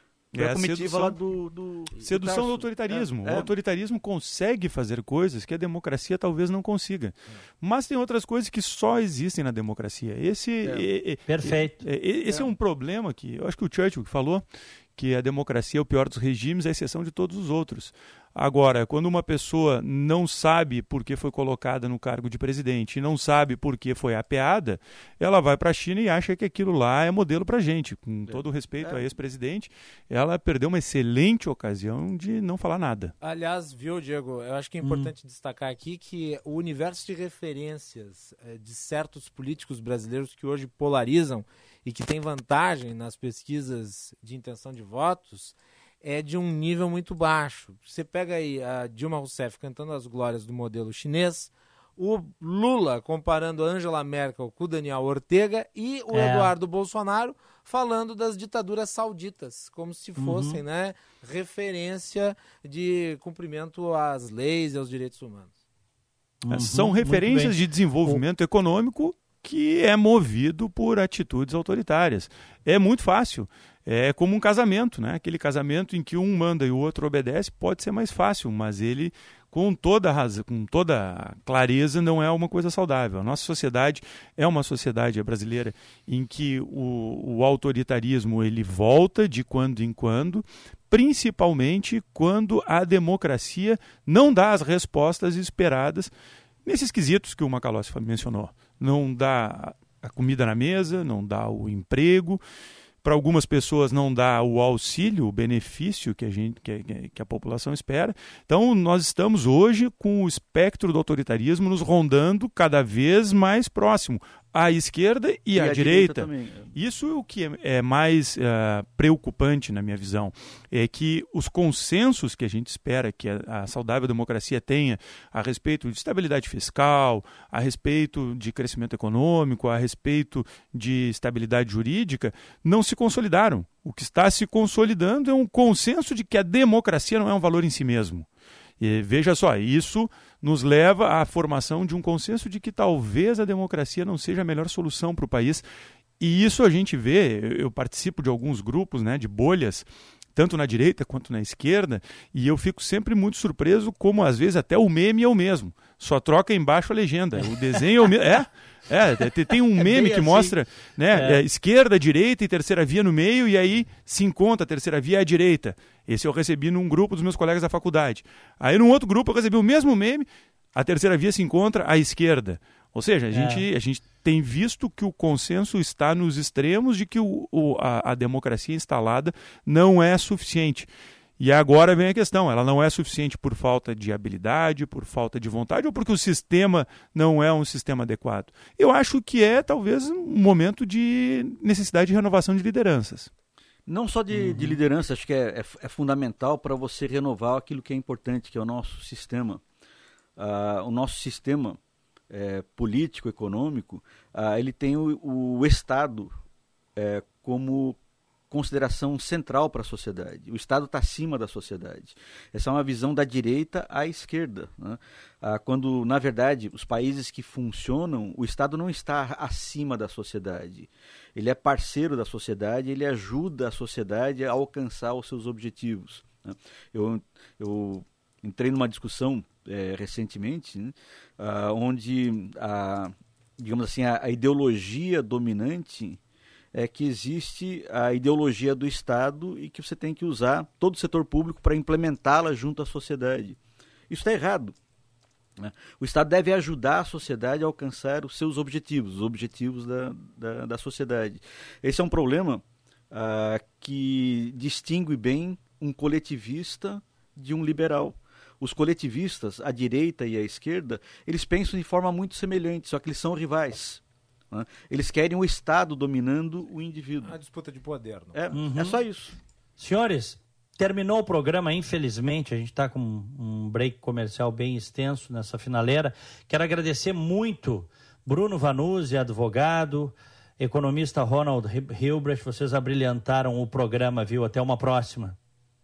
É a comitiva sedução, lá do, do, sedução do, do autoritarismo. É, é. O autoritarismo consegue fazer coisas que a democracia talvez não consiga. É. Mas tem outras coisas que só existem na democracia. Esse é. É, Perfeito. É, é, esse é. é um problema que eu acho que o Churchill falou, que a democracia é o pior dos regimes, à exceção de todos os outros. Agora, quando uma pessoa não sabe por que foi colocada no cargo de presidente e não sabe por que foi apeada, ela vai para a China e acha que aquilo lá é modelo para a gente. Com todo o respeito é. a ex-presidente, ela perdeu uma excelente ocasião de não falar nada. Aliás, viu, Diego, eu acho que é importante hum. destacar aqui que o universo de referências eh, de certos políticos brasileiros que hoje polarizam e que têm vantagem nas pesquisas de intenção de votos é de um nível muito baixo. Você pega aí a Dilma Rousseff cantando as glórias do modelo chinês, o Lula comparando a Angela Merkel com o Daniel Ortega e o é. Eduardo Bolsonaro falando das ditaduras sauditas, como se fossem uhum. né, referência de cumprimento às leis e aos direitos humanos. Uhum. São referências de desenvolvimento o... econômico que é movido por atitudes autoritárias. É muito fácil. É como um casamento, né? Aquele casamento em que um manda e o outro obedece pode ser mais fácil, mas ele, com toda razão, com toda clareza, não é uma coisa saudável. A nossa sociedade é uma sociedade brasileira em que o, o autoritarismo ele volta de quando em quando, principalmente quando a democracia não dá as respostas esperadas nesses quesitos que o Macalossi mencionou. Não dá a comida na mesa, não dá o emprego. Para algumas pessoas não dá o auxílio, o benefício que a, gente, que, que a população espera. Então, nós estamos hoje com o espectro do autoritarismo nos rondando cada vez mais próximo à esquerda e, e à direita. direita. Isso é o que é, é mais uh, preocupante na minha visão. É que os consensos que a gente espera que a, a saudável democracia tenha a respeito de estabilidade fiscal, a respeito de crescimento econômico, a respeito de estabilidade jurídica, não se consolidaram. O que está se consolidando é um consenso de que a democracia não é um valor em si mesmo. E veja só, isso nos leva à formação de um consenso de que talvez a democracia não seja a melhor solução para o país. E isso a gente vê, eu participo de alguns grupos, né, de bolhas, tanto na direita quanto na esquerda, e eu fico sempre muito surpreso como às vezes até o meme é o mesmo. Só troca embaixo a legenda. O desenho é o mesmo. É, é, tem um meme que assim. mostra né, é. É, esquerda, direita e terceira via no meio, e aí se encontra a terceira via à direita. Esse eu recebi num grupo dos meus colegas da faculdade. Aí num outro grupo eu recebi o mesmo meme, a terceira via se encontra à esquerda. Ou seja, a, é. gente, a gente tem visto que o consenso está nos extremos de que o, o, a, a democracia instalada não é suficiente. E agora vem a questão, ela não é suficiente por falta de habilidade, por falta de vontade ou porque o sistema não é um sistema adequado. Eu acho que é talvez um momento de necessidade de renovação de lideranças. Não só de, uhum. de liderança, acho que é, é, é fundamental para você renovar aquilo que é importante, que é o nosso sistema. Uh, o nosso sistema é, político, econômico, ah, ele tem o, o Estado é, como consideração central para a sociedade. O Estado está acima da sociedade. Essa é uma visão da direita à esquerda, né? Ah, quando, na verdade, os países que funcionam, o Estado não está acima da sociedade. Ele é parceiro da sociedade, ele ajuda a sociedade a alcançar os seus objetivos, né? Eu, eu entrei numa discussão é, recentemente, né, ah, onde a, digamos assim, a, a ideologia dominante é que existe a ideologia do Estado e que você tem que usar todo o setor público para implementá-la junto à sociedade. Isso está errado, né? O Estado deve ajudar a sociedade a alcançar os seus objetivos, os objetivos da, da, da sociedade. Esse é um problema ah, que distingue bem um coletivista de um liberal. Os coletivistas, a direita e a esquerda, eles pensam de forma muito semelhante, só que eles são rivais. Eles querem o Estado dominando o indivíduo. A disputa de poder. Não? É, Uhum. é só isso. Senhores, terminou o programa, infelizmente. A gente está com um break comercial bem extenso nessa finaleira. Quero agradecer muito Bruno Vanuzzi, advogado, economista Ronald Hilbrecht. Vocês abrilhantaram o programa, viu? Até uma próxima.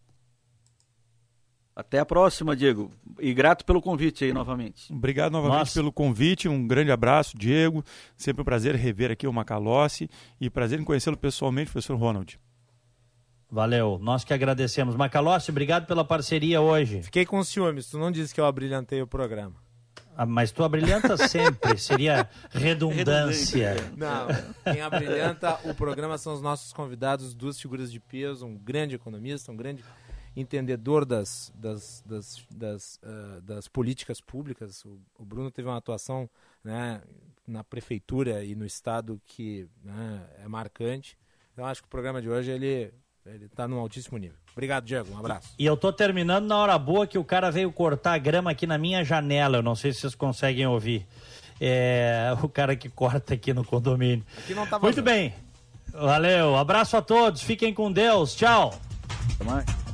Até a próxima, Diego. E grato pelo convite aí novamente. Obrigado novamente Nossa. pelo convite. Um grande abraço, Diego. Sempre um prazer rever aqui o Macalossi e prazer em conhecê-lo pessoalmente, professor Ronald. Valeu. Nós que agradecemos. Macalossi, obrigado pela parceria hoje. Fiquei com ciúmes. Tu não disse que eu abrilhantei o programa. Ah, mas tu abrilhanta sempre. Seria redundância. Não. Quem abrilhanta o programa são os nossos convidados, duas figuras de peso, um grande economista, um grande entendedor das, das, das, das, uh, das políticas públicas. O, o Bruno teve uma atuação, né, na prefeitura e no estado que, né, é marcante. Então acho que o programa de hoje ele está num altíssimo nível. Obrigado, Diego. Um abraço. E eu tô terminando na hora boa que o cara veio cortar a grama aqui na minha janela. Eu não sei se vocês conseguem ouvir. É o cara que corta aqui no condomínio. Aqui não tá Muito bem. Valeu. Abraço a todos. Fiquem com Deus. Tchau. Até mais.